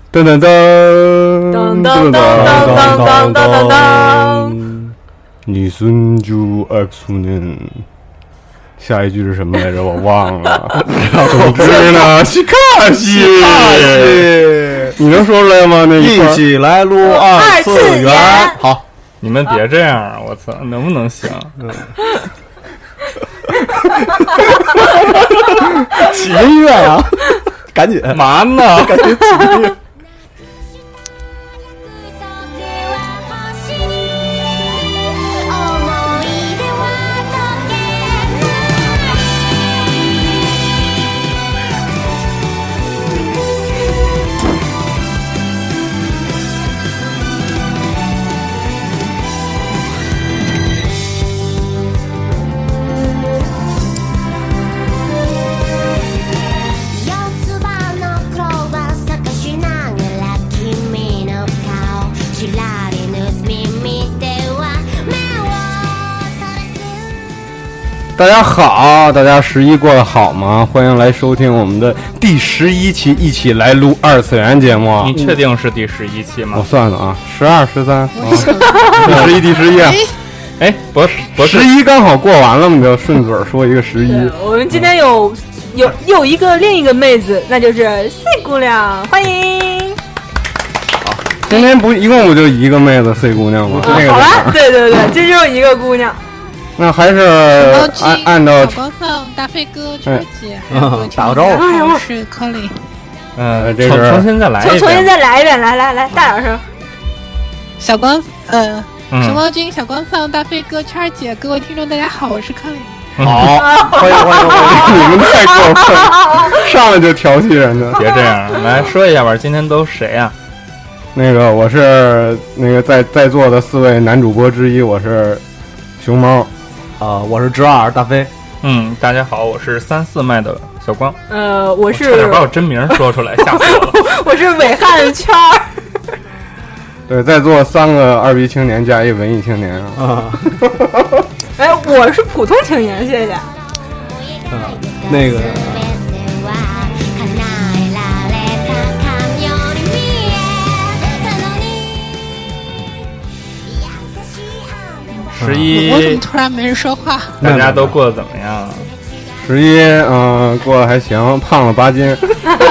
噔噔噔噔噔噔噔噔噔噔， 你孙主 X 年，下一句是什么来着？我忘了。总之呢，西卡西，你能说出来吗？那一起来撸二次元。好， 你们别这样，我操，能不能行？ 起音乐呀！赶紧嘛呢？ 赶紧起音乐。 大家好，大家11过得好吗？欢迎来收听我们的第11期一起来撸二次元节目。 你确定是第11期吗？ 我算了啊，12、13，第11、第11。 哎，不是 11刚好过完了，我们就顺嘴说一个11。 我们今天有另一个妹子，那就是 C 姑娘，欢迎。 今天一共不就一个妹子 C 姑娘吗？那个好了，对，这就是一个姑娘。 那还是按照小光放大飞哥、圈姐， 打个招呼。 我是柯林。 这是重新再来一遍， 重新再来一遍，来，大点声。 小光，熊猫君、小光放大飞哥、圈姐，各位听众大家好，我是柯林。 好，欢迎！你们太过分了，上来就调戏人家。 别这样，来说一下吧，今天都谁呀？ 那个我是那个在座的4位男主播之一，我是熊猫。 我是直二大飞。 大家好，我是34麦的小光。 我是差点把我真名说出来，吓死我了。 我是伟汉圈儿。 对，在座3个2逼青年加一文艺青年啊。 哎，我是普通青年，谢谢。 那个。 11， 我怎么突然没人说话？ 大家都过得怎么样 ？11，过得还行，胖了8斤。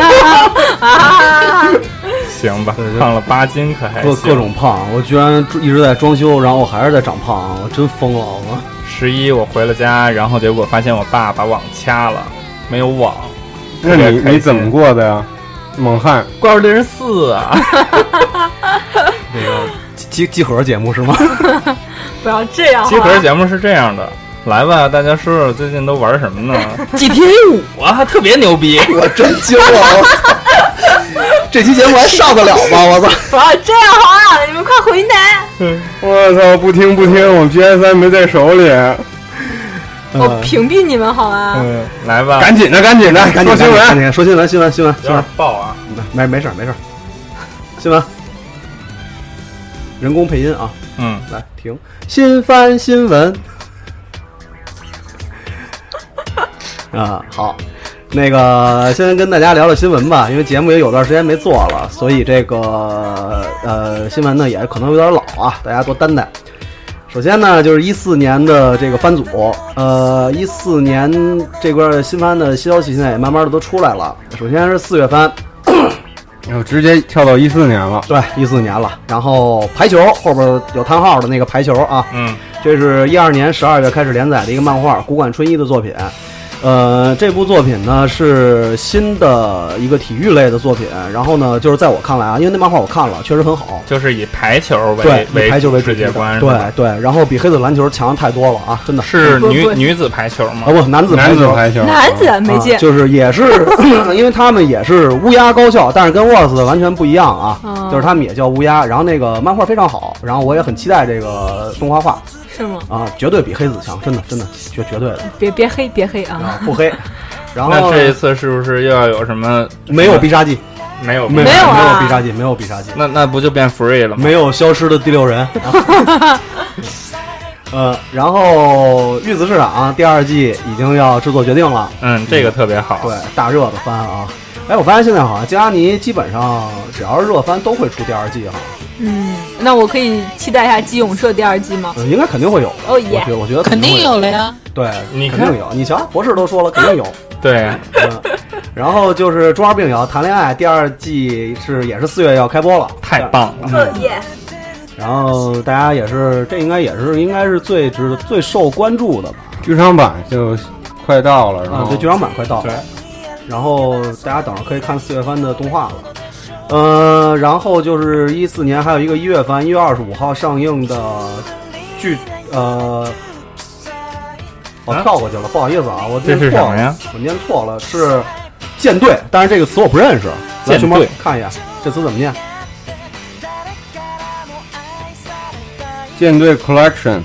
行吧，胖了8斤可还行。 各种胖，我居然一直在装修，然后我还是在长胖，我真疯了我。 11，我回了家，然后结果发现我爸把网掐了，没有网。 那你怎么过的呀？猛汉， 怪物猎人4啊！ 那个集合节目是吗？ 不要这样。 集合节目是这样的，来吧，大家说说最近都玩什么呢？GTA 5啊，特别牛逼！ 我真惊了！这期节目还上得了吗？我操！ 不要这样好啊！你们快回南！ 我操！不听，我 PS3 没在手里。 我屏蔽你们好吗？ 来吧， 赶紧的，说新闻， 说新闻， 有点爆啊！ 没事。新闻，人工配音啊。来停，新番新闻。好，那个先跟大家聊聊新闻吧，因为节目也有段时间没做了，所以这个新闻呢也可能有点老啊，大家多担待。首先呢，就是14年的这个番组，14年这块新番的消息现在也慢慢的都出来了。首先是4月番。 然后直接跳到14年了， 对，14年了。然后排球后边有叹号的那个排球啊，这是12年12月开始连载的一个漫画，古馆春一的作品。这部作品呢是新的一个体育类的作品，然后呢就是在我看来啊，因为那漫画我看了，确实很好， 就是以排球为排球为世界观， 对，然后比黑子篮球强太多了啊，真的是女子排球吗？ 不，男子排球， 男子没见， 就是也是，因为他们也是乌鸦高校，但是跟 WOS 完全不一样啊，就是他们也叫乌鸦，然后那个漫画非常好，然后我也很期待这个动画化。 是吗？ 绝对比黑子强，真的绝对的。 别黑啊！ 不黑。然后那这一次是不是又要有什么？ 没有必杀技， 没有必杀技， 那不就变 free 了吗？ 没有消失的第6人。然后玉子市场第2季已经要制作决定了。 这个特别好。 对，大热的番啊。 哎，我发现现在好像加尼基本上只要是热番都会出第二季哈。 那我可以期待一下《机勇社》第二季吗？ 应该肯定会有的。 哦耶！ 我觉得肯定有了呀。 对， 你肯定有。你瞧，博士都说了，肯定有。 对， 然后就是《中二病也要谈恋爱》第二季也是4月要开播了， 太棒了。 耶！ 然后大家也是，这应该是最受关注的吧？ 剧场版就快到了，然后对，剧场版快到了。 对， 然后大家等着可以看4月番的动画了。然后就是14年还有一个1月番，1月25号上映的剧，我跳过去了，不好意思啊，我这是什么呀？ 我念错了，是舰队，但是这个词我不认识。 舰队， 看一眼这词怎么念？ 舰队 collection，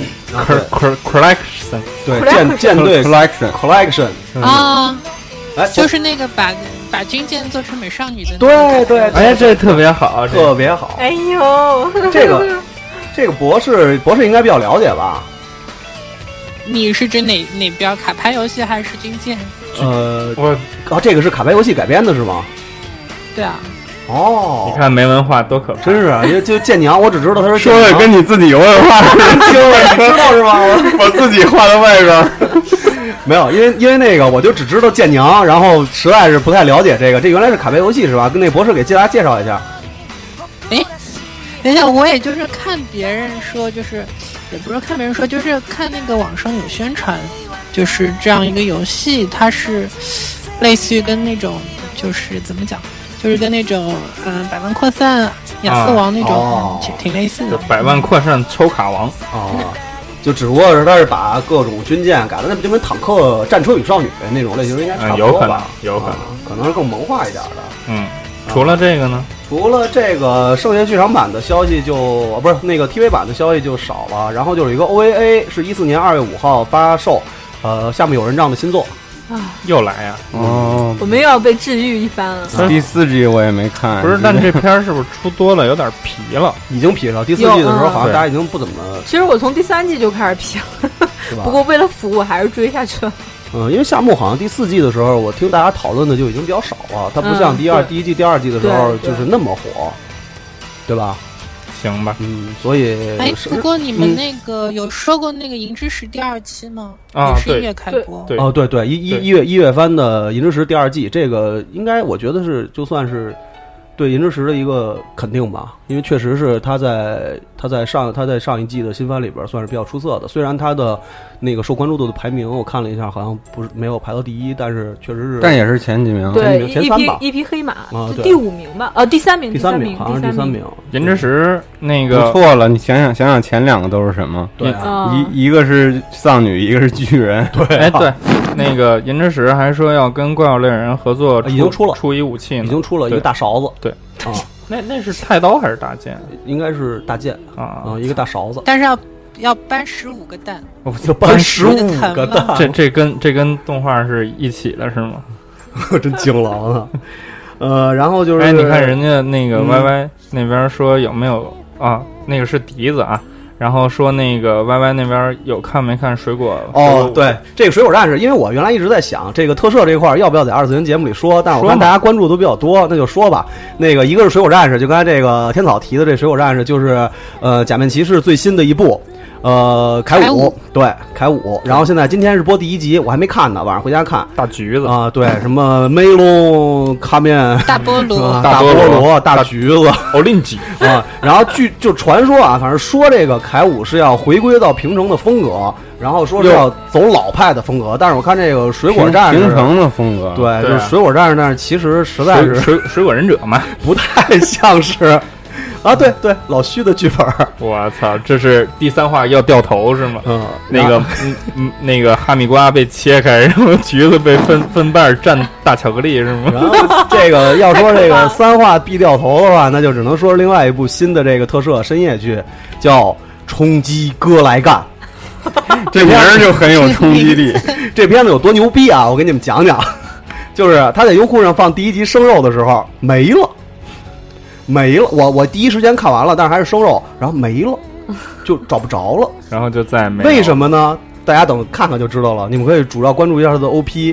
collection， 对，舰队 collection 啊， 哎， 就是那个把军舰做成美少女的那个。对， 哎，这特别好， 特别好。 哎呦， 这个博士应该比较了解吧？ 你是指哪边卡牌游戏还是军舰？ 这个是卡牌游戏改编的是吗？ 对啊。 哦， 你看没文化多可怕！ 真是啊，就舰娘，我只知道他是说的跟你自己有文化似的， 听了你知道是吗？ 我自己画的外边没有，因为那个我就只知道舰娘，然后实在是不太了解这个。这原来是卡牌游戏是吧？跟那博士给大家介绍一下。 哎，等一下，我也就是看别人说，就是也不是看别人说，就是看那个网上有宣传，就是这样一个游戏，它是类似于跟那种就是怎么讲？就是跟那种百万扩散亚瑟王那种挺类似的， 百万扩散抽卡王就只不过是他是把各种军舰改的，那不就跟坦克、战车与少女那种类型应该差不多吧？ 有可能， 可能是更萌化一点的。 除了这个呢？ 除了这个，剩下剧场版的消息就不是那个 TV 版的消息就少了。然后就是一个 OAA 是14年2月5号发售，下面有人这样的新作。 又来呀！ 我们又要被治愈一番了。 第4季我也没看， 不是，但这片是不是出多了，有点皮了？ 已经皮了。第4季的时候，好像大家已经不怎么。 其实我从第3季就开始皮了， 是吧？ 不过为了服，我还是追下去了。 因为夏目好像第4季的时候，我听大家讨论的就已经比较少了，它不像第一季、第2季的时候就是那么火，对吧？ 行吧， 所以不过你们那个有说过那个《银之匙》第2期吗？ 也是1月开播。 对，1月番的《银之匙》第2季，这个应该我觉得是就算是对《银之匙》的一个肯定吧，因为确实是他在上一季的新番里边算是比较出色的。虽然他的那个受关注度的排名我看了一下，好像没有排到第1，但是确实是， 但也是前几名， 对， 前3吧。 一匹黑马第5名吧，第3名， 好像是第3名。 银之匙那个不错了，你想想前2个都是什么？ 对啊， 一个是丧女，一个是巨人。 对， 对，那个银之匙还说要跟怪物猎人合作， 已经出一武器呢， 已经出了一个大勺子。 对那是太刀还是大剑？ 应该是大剑一个大勺子。 但是要搬15个蛋， 就搬15个蛋。 这跟动画是一起的是吗？ 真惊了然后就是， 你看人家那个 YY 那边说有没有那个是笛子啊。然后说那个 YY 那边有看没看水果？ 对，这个水果战士，因为我原来一直在想这个特摄这块要不要在2次元节目里说，但是我看大家关注都比较多，那就说吧。那个一个是水果战士，就刚才这个天草提的这水果战士，就是假面骑士最新的一部。凯五，对，凯五。然后现在今天是播第1集，我还没看呢，晚上回家看。 大橘子对，什么梅隆卡面、 大菠萝、 大菠萝、大橘子、 欧林吉然后就传说反正说这个凯五是要回归到平成的风格，然后说是要走老派的风格，但是我看这个水果战士平成的风格， 对，就是水果战士，但是其实实在是水果忍者嘛， 不太像是。对，老虚的剧本。 我操，这是第3话要掉头是吗？那个哈密瓜被切开，然后橘子被分瓣蘸大巧克力是吗？ 然后这个要说这个3话必掉头的话，那就只能说另外一部新的这个特摄深夜剧，叫《冲击哥来干》。 这名儿就很有冲击力。 这片子有多牛逼啊！我给你们讲讲，就是他在优酷上放第1集生肉的时候没了。我第一时间看完了，但是还是生肉，然后没了，就找不着了， 然后就再没。 为什么呢？大家等看看就知道了。你们可以主要关注一下它的 OP，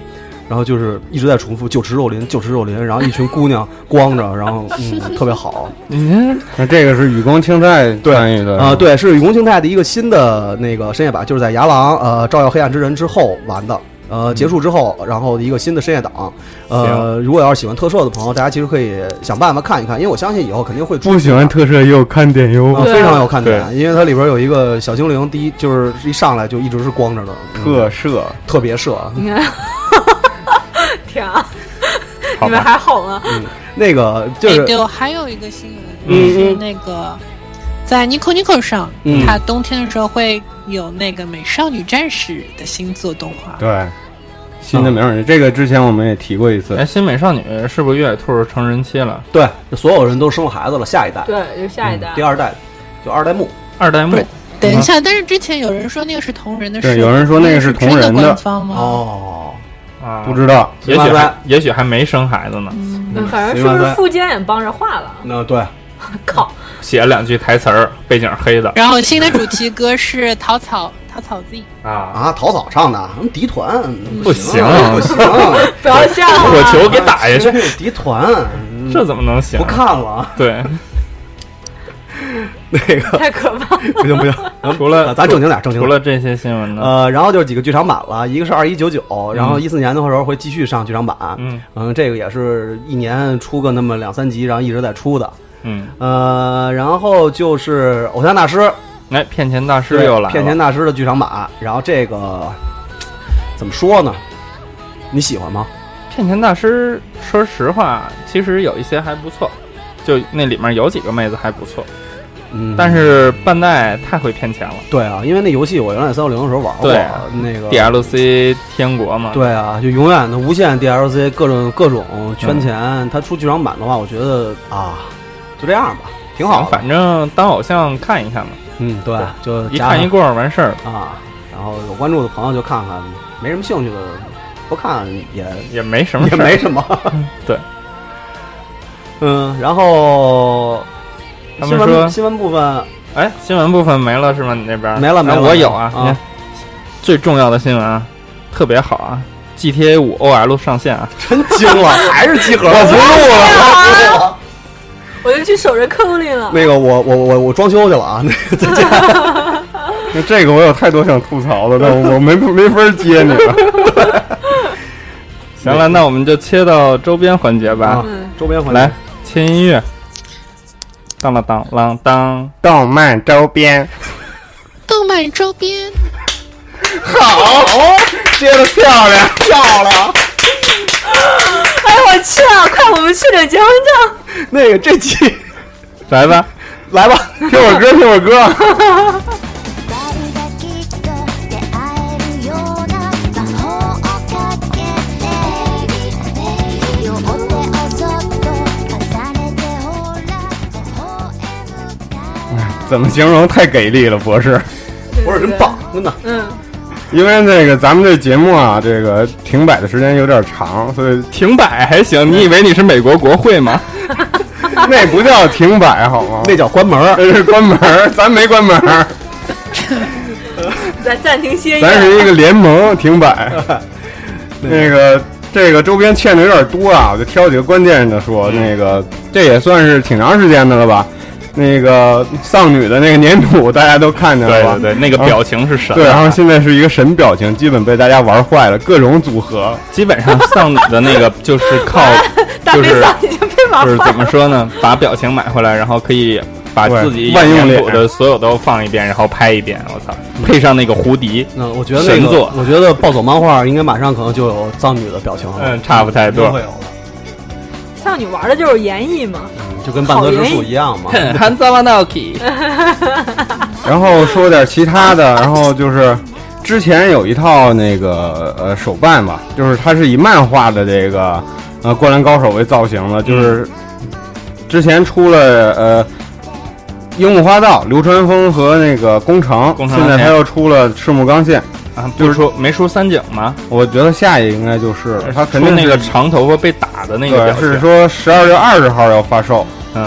然后就是一直在重复就吃肉林，就吃肉林，然后一群姑娘光着，然后特别好。 那这个是雨宫青太参与的对，是雨宫青太的一个新的那个深夜版，就是在牙狼照耀黑暗之人之后玩的。结束之后，然后一个新的深夜档，如果要是喜欢特摄的朋友，大家其实可以想办法看一看，因为我相信以后肯定会不喜欢特摄也有看点哟， 非常有看点，因为它里边有一个小精灵，第一就是一上来就一直是光着的， 特摄， 特别摄， 天啊，你们还好吗？ 那个就是对，还有一个新闻，是那个在 Nico 上，它冬天的时候会有那个美少女战士的新作动画， 对。新的美少女，这个之前我们也提过一次。 新美少女是不是月野兔成人期了？ 对，所有人都生了孩子了，下一代。 对，就下一代。 第二代，就二代目。 等一下，但是之前有人说那个是同人的事， 对，有人说那个是同人的。 哦， 不知道， 也许还没生孩子呢。 反正是不是富坚也帮着画了？ 那对， 靠， 写了2句台词儿，背景黑的。 然后新的主题歌是草草 Z 草草唱的，敌团不行， 不要这样， 火球给打下去， 敌团这怎么能行？ 不看了， 对， 那个太可怕了， 不行， 除了咱正经点， 除了这些新闻呢， 然后就是几个剧场版了，一个是2199，然后14年的时候会继续上剧场版，这个也是一年出个那么2-3集，然后一直在出的，然后就是偶像大师。 骗钱大师又来了， 骗钱大师的剧场版，然后这个怎么说呢？你喜欢吗？ 骗钱大师，说实话，其实有一些还不错，就那里面有几个妹子还不错，但是半代太会骗钱了。 对啊，因为那游戏我原来360的时候玩过， 对那个 DLC 天国嘛。 对啊，就永远的无限 DLC，各种圈钱。它出剧场版的话，我觉得就这样吧，挺好。 反正当偶像看一看嘛。 对，就一看一过完事儿然后有关注的朋友就看看，没什么兴趣的不看也没什么， 也没什么。 对， 然后他们说新闻部分， 新闻部分没了是吗？你那边没了， 我有啊。最重要的新闻啊，特别好啊 ，GTA 5 OL 上线啊， 真惊了，还是集合，我不录了。 我就去守着坑里了。 那个我装修去了啊，那个再见。 这个我有太多想吐槽的，但我没法接你了。 行了，那我们就切到周边环节吧。 周边环节， 来切音乐。当了当啷当， 动漫周边， 动漫周边， 好，接的漂亮。 哎，我去了！快，我们去点结婚证。 那个这期， 来吧， 听会儿歌。怎么形容？太给力了，博士！ 博士真棒，真的。 因为那个咱们这节目啊，这个停摆的时间有点长，所以停摆还行。你以为你是美国国会吗？ 那不叫停摆好吗？ 那叫关门， 那是关门，咱没关门。 咱暂停歇业。 咱是一个联盟停摆。那个这个周边欠的有点多啊，我就挑几个关键的说。那个这也算是挺长时间的了吧？那个丧女的那个粘土大家都看见了吧？ 对，那个表情是神。 对，然后现在是一个神表情，基本被大家玩坏了，各种组合。 基本上丧女的那个就是靠，就是怎么说呢？把表情买回来，然后可以把自己粘土的所有都放一遍，然后拍一遍。我操，配上那个胡迪， 我觉得神作。 我觉得暴走漫画应该马上可能就有丧女的表情了。 差不太多。 会有的。 丧女玩的就是演绎嘛。 就跟半泽直树一样嘛， 汉泽瓦纳基。 然后说点其他的，然后就是之前有一套那个手办吧，就是它是以漫画的这个灌篮高手为造型的，就是之前出了樱木花道、流川枫和那个宫城，现在他又出了赤木刚宪。 就是说没出三井吗？ 我觉得下一个应该就是他肯定那个长头发被打的那个表情。 对，是说12月20号要发售。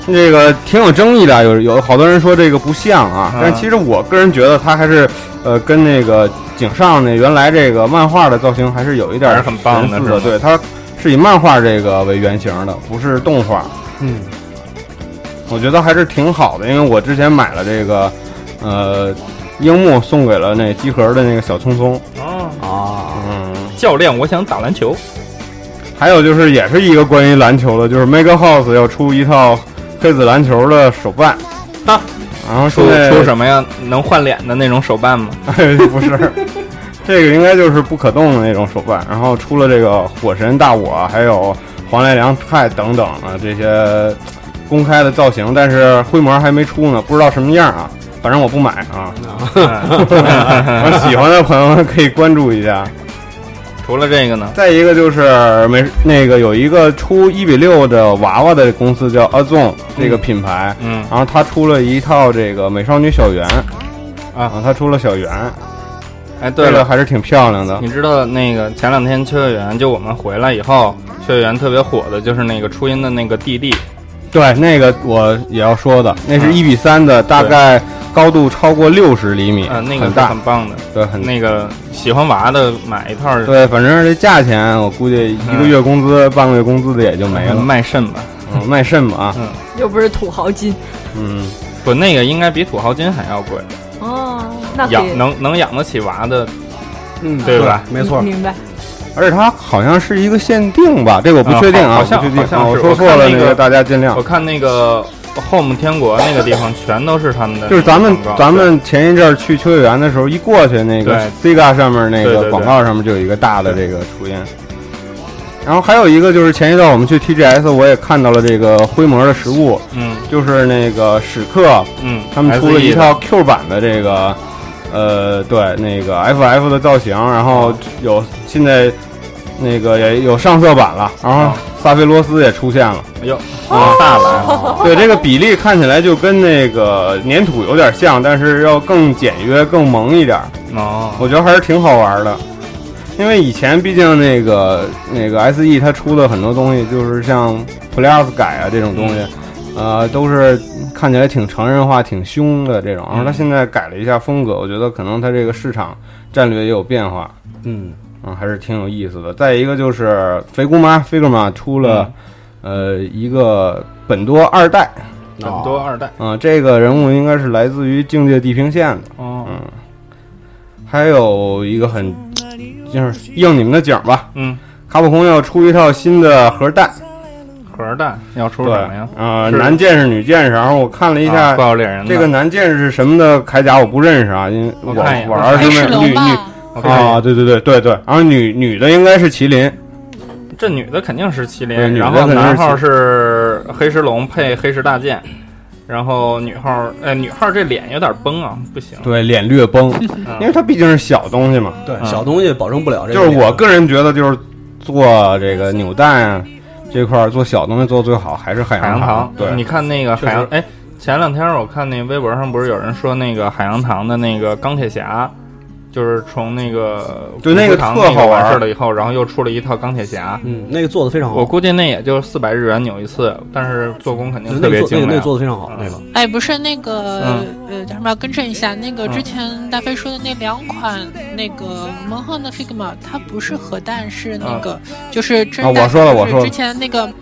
这个挺有争议的，有好多人说这个不像啊，但其实我个人觉得它还是跟那个井上那原来这个漫画的造型还是有一点很棒的， 对，它是以漫画这个为原型的，不是动画。我觉得还是挺好的，因为我之前买了这个樱木送给了那集合的那个小聪聪。 教练，我想打篮球。 还有就是也是一个关于篮球的，就是 Mega House 要出一套黑子篮球的手办然后出什么呀？能换脸的那种手办吗？ 不是，这个应该就是不可动的那种手办。然后出了这个火神大我，还有黄濑凉太等等这些公开的造型，但是灰模还没出呢，不知道什么样啊。反正我不买啊。喜欢的朋友们可以关注一下。 除了这个呢， 再一个就是有一个出1:6的娃娃的公司叫 Azon 这个品牌，然后他出了一套这个美少女小圆他出了小圆，对了，这个还是挺漂亮的。 你知道那个前2天秋叶原就我们回来以后，秋叶原特别火的就是那个初音的那个弟弟， 对，那个我也要说的，那是1:3的，大概高度超过60厘米， 那个很大， 很棒的， 对，很那个喜欢娃的买一套， 对，反正这价钱我估计1个月工资、半个月工资的也就没了， 卖肾吧， 卖肾吧又不是土豪金， 不，那个应该比土豪金还要贵那能养得起娃的，对吧？ 没错， 明白。 而且它好像是一个限定吧，这个我不确定啊， 好像我说错了，那个大家见谅。 我看那个 Home 天国那个地方全都是他们的， 就是咱们前一阵去秋叶原的时候，一过去那个 Sega 上面那个广告上面就有一个大的这个出现。然后还有一个就是前一段我们去 TGS， 我也看到了这个灰模的实物，就是那个史克，他们出了一套 Q 版的这个。对，那个 FF 的造型，然后有现在那个也有上色版了，然后萨菲罗斯也出现了， 大了， 对，这个比例看起来就跟那个粘土有点像，但是要更简约、更萌一点。我觉得还是挺好玩的，因为以前毕竟那个 SE 它出的很多东西就是像 Plus 改这种东西。都是看起来挺成人化、挺凶的这种，然后他现在改了一下风格，我觉得可能他这个市场战略也有变化，还是挺有意思的。再一个就是肥姑妈 Figma 出了一个本多2代，这个人物应该是来自于境界地平线的，还有一个就是应你们的景吧，卡普空要出一套新的核弹。 要出什么呀？ 男剑士、女剑士。然后我看了一下， 怪物猎人这个男剑士是什么的铠甲我不认识啊，因为我玩是女对。然后女的应该是麒麟， 这女的肯定是麒麟，然后男号是黑石龙配黑石大剑，然后女号这脸有点崩啊，不行。 对，脸略崩，因为它毕竟是小东西嘛。 对，小东西保证不了这个。 就是我个人觉得，就是做这个扭蛋啊。这块做小东西做最好还是海洋堂。对， 你看那个海洋，前2天我看那微博上不是有人说那个海洋堂的那个钢铁侠，就是从那个对那个特好玩完事了以后，然后又出了一套钢铁侠， 那个做的非常好。 我估计那也就400日元扭一次，但是做工肯定特别精良。 那个做的非常好，那个。 不是那个叫什么？要更正一下，那个之前大飞说的那2款那个蒙汉的 Figma， 它不是核弹，是那个就是真弹。 我说了， 之前那个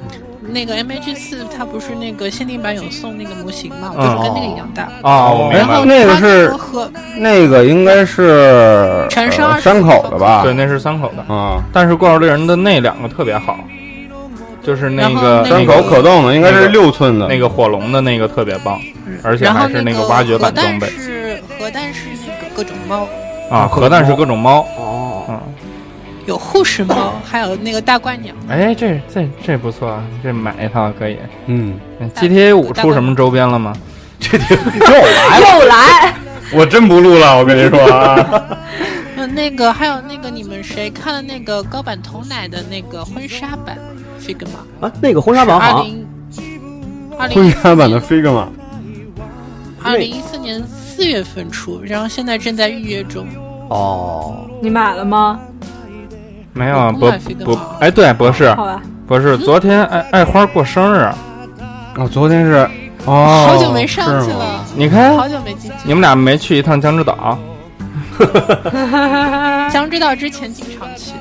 MH4， 它不是那个限定版有送那个模型嘛？就是跟那个一样大。 我明白了。 那个是那个应该是全是山口的吧？ 对，那是山口的但是怪物猎人的那2个特别好，就是那个山口可动的，应该是6寸的， 那个火龙的那个特别棒，而且还是那个挖掘版装备。 核弹是那个各种猫核弹是各种猫有护士猫，还有那个大怪鸟。 这不错啊，这买一套可以。GTA 5出什么周边了吗？ 这又来，我真不录了，我跟你说啊。 那个还有那个你们谁看了那个高坂童乃的那个婚纱版 Figma 那个婚纱版好。 婚纱版的 Figma 2014年4月份出，然后现在正在预约中。 你买了吗？ 没有啊，对，博士，好吧，博士，昨天爱花过生日， 昨天是好久没上去了。 你看， 好久没进去。 你们俩没去一趟江之岛？ 江之岛之前经常去。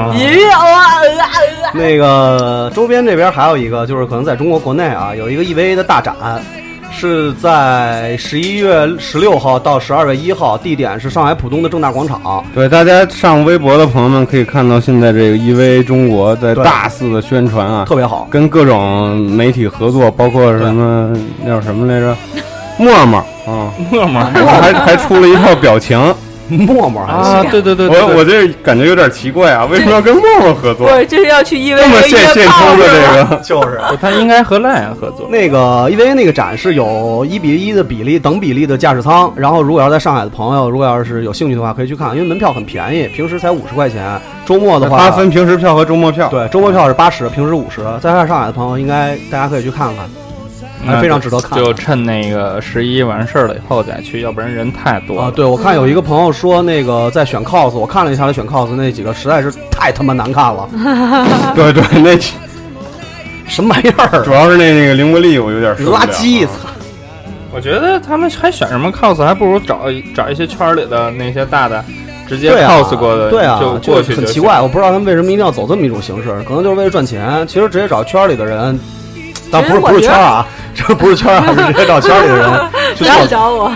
那个周边这边还有一个，就是可能在中国国内啊，有一个 EVA 的大展。是在11月16号到12月1号，地点是上海浦东的正大广场。 对，大家上微博的朋友们可以看到，现在这个 EVA 中国在大肆的宣传啊， 特别好， 跟各种媒体合作，包括什么叫什么来着，陌陌啊， 陌陌还出了一套表情。 陌陌啊，对， 我这感觉有点奇怪啊，为什么要跟陌陌合作？ 不是，这是要去 EVA 这么现充的这个， 就是他应该和 LINE 合作。 那个 EVA 那个展是有1:1的比例，等比例的驾驶舱。然后如果要在上海的朋友，如果要是有兴趣的话，可以去看，因为门票很便宜，平时才50块钱。周末的话， 它分平时票和周末票。 对，周末票是80，平时50。在上海的朋友，应该大家可以去看看。还非常值得看， 就趁那个11完事儿了以后再去，要不然人太多了啊。对，我看有一个朋友说，那个在选 cos， 我看了一下他选 cos 那几个实在是太他妈难看了。 对，那什么玩意儿？ 主要是那个凌波丽，我有点受不了垃圾。 我觉得他们还选什么 cos， 还不如找一些圈里的那些大的。直接 cos 过的， 对啊， 就过去很奇怪，我不知道他们为什么一定要走这么一种形式，可能就是为了赚钱。其实直接找圈里的人，但不是圈啊。这不是圈啊，是直接找圈里的人。 不要找我。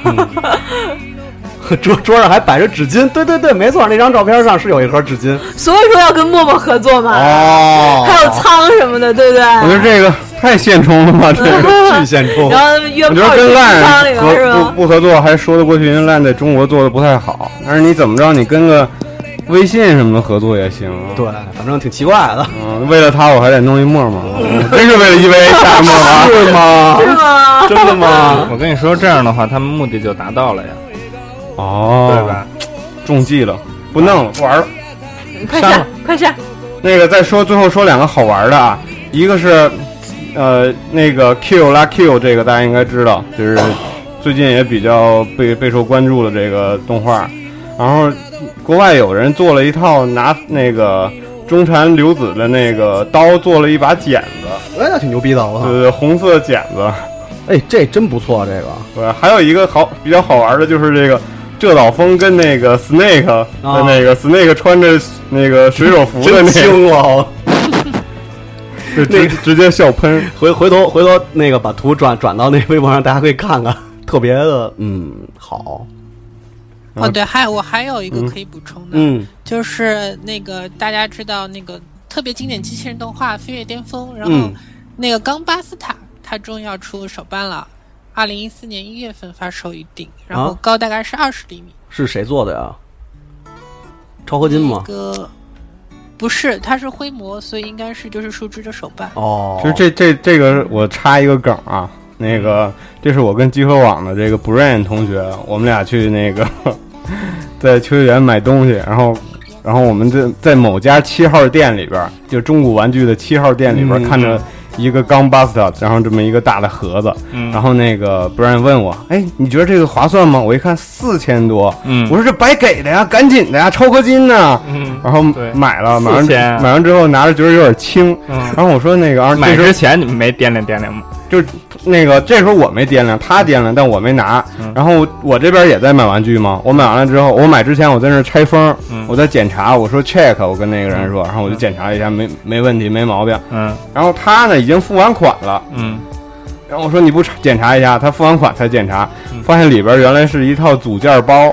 桌上还摆着纸巾，对，没错，那张照片上是有一盒纸巾。 所以说要跟陌陌合作嘛。 哦。 还有仓什么的，对不对？ 我觉得这个太现充了吧，这个巨现充。 然后约炮我觉得跟 LINE 不合作还说得过去，因为 LINE 在中国做的不太好。但是你怎么着，你跟个微信什么的合作也行。 对，反正挺奇怪的。 为了他我还得弄一陌陌，真是为了EVA下陌陌是吗？ 是吗？ 真的吗？ 我跟你说，这样的话，他们目的就达到了呀。 哦， 对吧？ 中计了，不弄了，不玩了， 快下。 那个最后说两个好玩的啊，一个是那个 Q 拉 Q 这个大家应该知道，就是最近也比较备受关注的这个动画。然后国外有人做了一套拿那个中产留子的那个刀做了一把剪子， 那挺牛逼的，我操！ 对，红色剪子， 哎，这真不错，这个。 对，还有一个比较好玩的就是这个。浙岛风跟那个 Snake 的那个 Snake 穿着那个水手服的那个， 真惊了， 就直接笑喷。 回头那个把图转到那微博上，大家可以看看，特别的好。 哦，对，我还有一个可以补充的，就是那个大家知道那个特别经典机器人动画《飞跃巅峰》，然后那个冈巴斯塔它终于要出手办了。2014年1月份发售预定，然后高大概是20厘米。 是谁做的呀？超合金吗？ 不是，它是灰模，所以应该是就是树枝的手办。 哦， 其实这个我插一个梗啊，那个这是我跟集合网的这个 Brian 同学，我们俩去那个在秋叶原买东西，然后我们在某家7号店里边，就中古玩具的7号店里边看着。一个钢 Buster， 然后这么一个大的盒子，然后那个 Brian 问我，哎，你觉得这个划算吗？我一看4000多，我说这白给的呀，赶紧的呀，超合金呢，然后买了，买完之后拿着觉得有点轻，然后我说那个买之前你们没掂量吗？ 就那个这时候我没掂量，他掂量，但我没拿。然后我这边也在买玩具嘛，我买完了之后，我买之前我在那拆封，我在检查，我说 check， 我跟那个人说，然后我就检查一下，没问题，没毛病。然后他呢已经付完款了，然后我说你不检查一下，他付完款才检查，发现里边原来是一套组件包。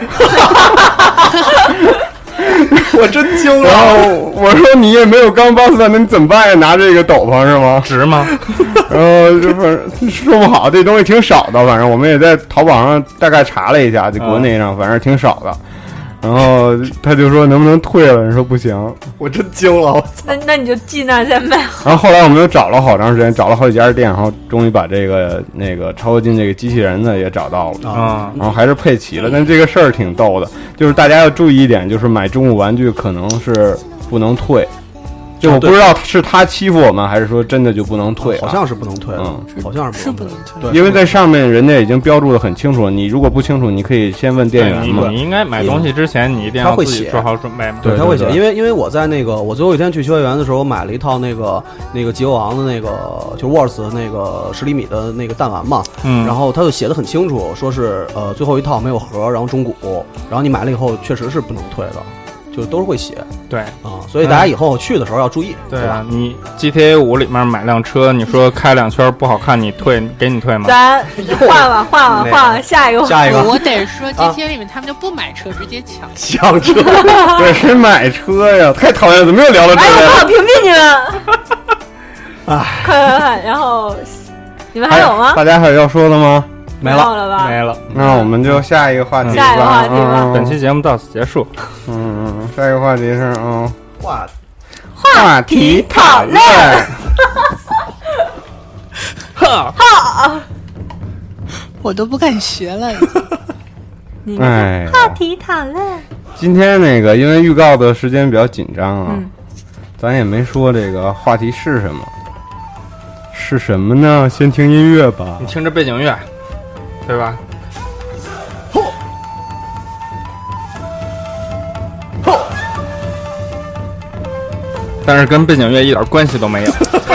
我真惊了！ 然后我说你也没有钢巴斯，那你怎么办呀？拿这个斗篷是吗？ 值吗？ 然后就是说不好，这东西挺少的，反正我们也在淘宝上大概查了一下，在国内上反正挺少的。然后他就说能不能退了？你说不行， 我真惊了！我操！ 那你就寄那再卖。 然后后来我们又找了好长时间，找了好几家店，然后终于把这个那个超合金这个机器人呢也找到了然后还是配齐了。但这个事儿挺逗的，就是大家要注意一点，就是买中古玩具可能是不能退。 就我不知道是他欺负我们，还是说真的就不能退、 好像是不能退的，好像是不能退。 对， 因为在上面人家已经标注的很清楚了，你如果不清楚，你可以先问店员嘛。 你应该买东西之前，你一定要自己做好准备。 对，他会写，因为我在那个我最后一天去秋叶原的时候，我买了一套那个吉欧昂的那个就 Wars 那个10厘米的那个弹丸嘛，然后他就写的很清楚，说是最后一套没有盒，然后中古，然后你买了以后确实是不能退的。就都是会写， 对啊，所以大家以后去的时候要注意， 对吧？你 GTA 5里面买辆车，你说开2圈不好看，你退给你退吗？ 咱换了，下一个。 我得说 GTA 里面他们就不买车，直接抢车， 对，谁买车呀？太讨厌了，怎么又聊到这个？哎，我不好屏蔽你们。哎，快，然后你们还有吗？ 大家还有要说的吗？ 没了吧？ 没了， 那我们就下一个话题吧。 下一个话题吧。 本期节目到此结束。 下一个话题是话题讨论。 哈，我都不敢学了。 哎， 话题讨论。 今天那个因为预告的时间比较紧张啊，咱也没说这个话题是什么。是什么呢？先听音乐吧。 你听着背景乐。对吧？但是跟背景乐一点关系都没有。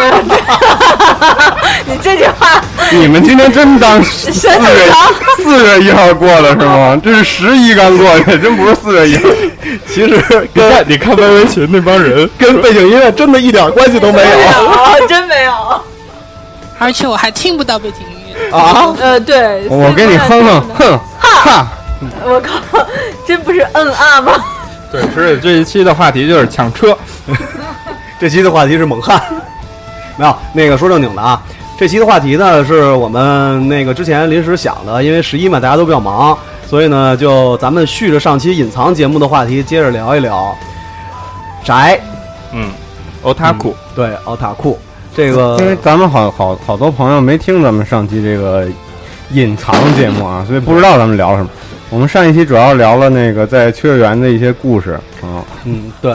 你这句话， 你们今天真当4月1号过了是吗？这是11刚过去，真不是4月1号。 其实你看微微群那帮人， 跟背景音乐真的一点关系都没有， 真没有。 而且我还听不到背景音乐。 对， 我给你哼，哈！ 我靠，真不是啊吗？ 对，所以这一期的话题就是抢车。 这期的话题是猛汉。没有那个说正经的啊，这期的话题呢是我们那个之前临时想的，因为11嘛，大家都比较忙，所以呢就咱们续着上期隐藏节目的话题，接着聊一聊宅。 欧塔库， 对，欧塔库。这个因为咱们好多朋友没听咱们上期这个隐藏节目啊，所以不知道咱们聊什么。我们上一期主要聊了那个在秋叶原的一些故事啊。 对。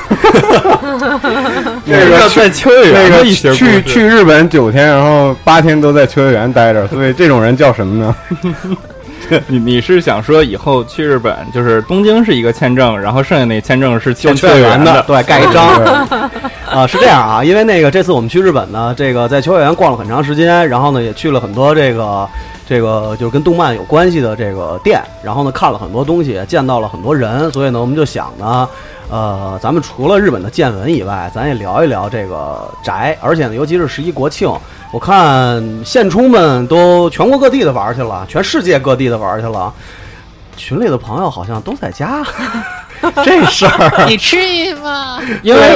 那个在秋叶原那个去日本9天，然后8天都在秋叶原待着，所以这种人叫什么呢？ 你是想说以后去日本就是东京是一个签证，然后剩下那签证是签秋叶原的， 对，盖一张。是这样啊，因为那个这次我们去日本呢，这个在秋叶原逛了很长时间，然后呢也去了很多这个就是跟动漫有关系的这个店，然后呢看了很多东西，见到了很多人，所以呢我们就想呢，咱们除了日本的见闻以外，咱也聊一聊这个宅，而且呢尤其是11国庆，我看现充们都全国各地的玩去了，全世界各地的玩去了，群里的朋友好像都在家。这事儿你至于吗？ 因为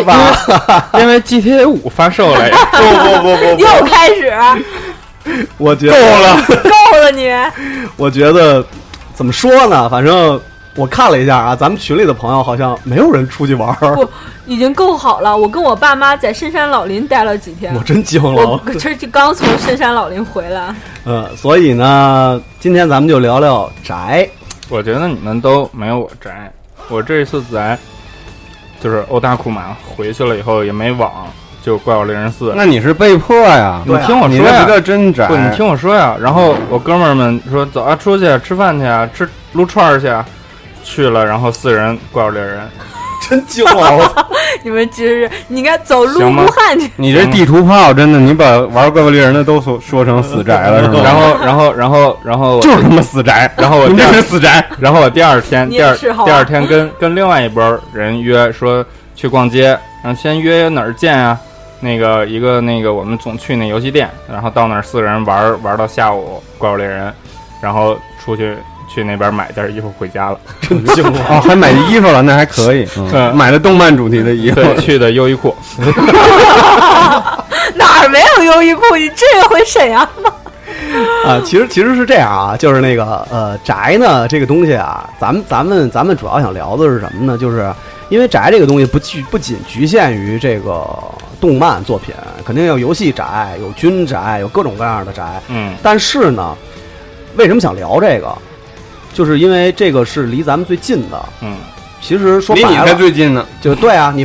GTA 5发售了呀。 不， 又开始。 我觉得够了你。 我觉得怎么说呢？反正我看了一下啊，咱们群里的朋友好像没有人出去玩。 不，已经够好了。我跟我爸妈在深山老林待了几天。 我真惊了。 我这刚从深山老林回来。 所以呢，今天咱们就聊聊宅。 我觉得你们都没有我宅。我这一次宅就是欧大库嘛，回去了以后也没网，就怪物猎人4。 那你是被迫呀？ 你听我说呀， 你这真宅。 不，你听我说呀。然后我哥们儿们说走啊，出去吃饭去啊，吃撸串去啊，去了，然后4人怪物猎人。 真惊了！ 你们其实你应该走路武汉去。 你这地图炮真的，你把玩怪物猎人的都说成死宅了是吗？ 然后就是他妈死宅。然后我这是死宅。 然后我第二天跟另外一波人约说去逛街，然后先约哪儿见啊？那个我们总去那游戏店，然后到那儿4个人玩到下午怪物猎人，然后出去那边买件衣服回家了。 真惊了！ 哦，还买衣服了，那还可以。买了动漫主题的衣服。 对，去的优衣库。 哪儿没有优衣库？你至于回沈阳吗？ 其实是这样啊，就是那个宅呢这个东西啊，咱们主要想聊的是什么呢？就是因为宅这个东西不仅局限于这个动漫作品，肯定有游戏宅，有军宅，有各种各样的宅。但是呢，为什么想聊这个？就是因为这个是离咱们最近的。其实说白了， 离你才最近呢。 就对啊，你们吗？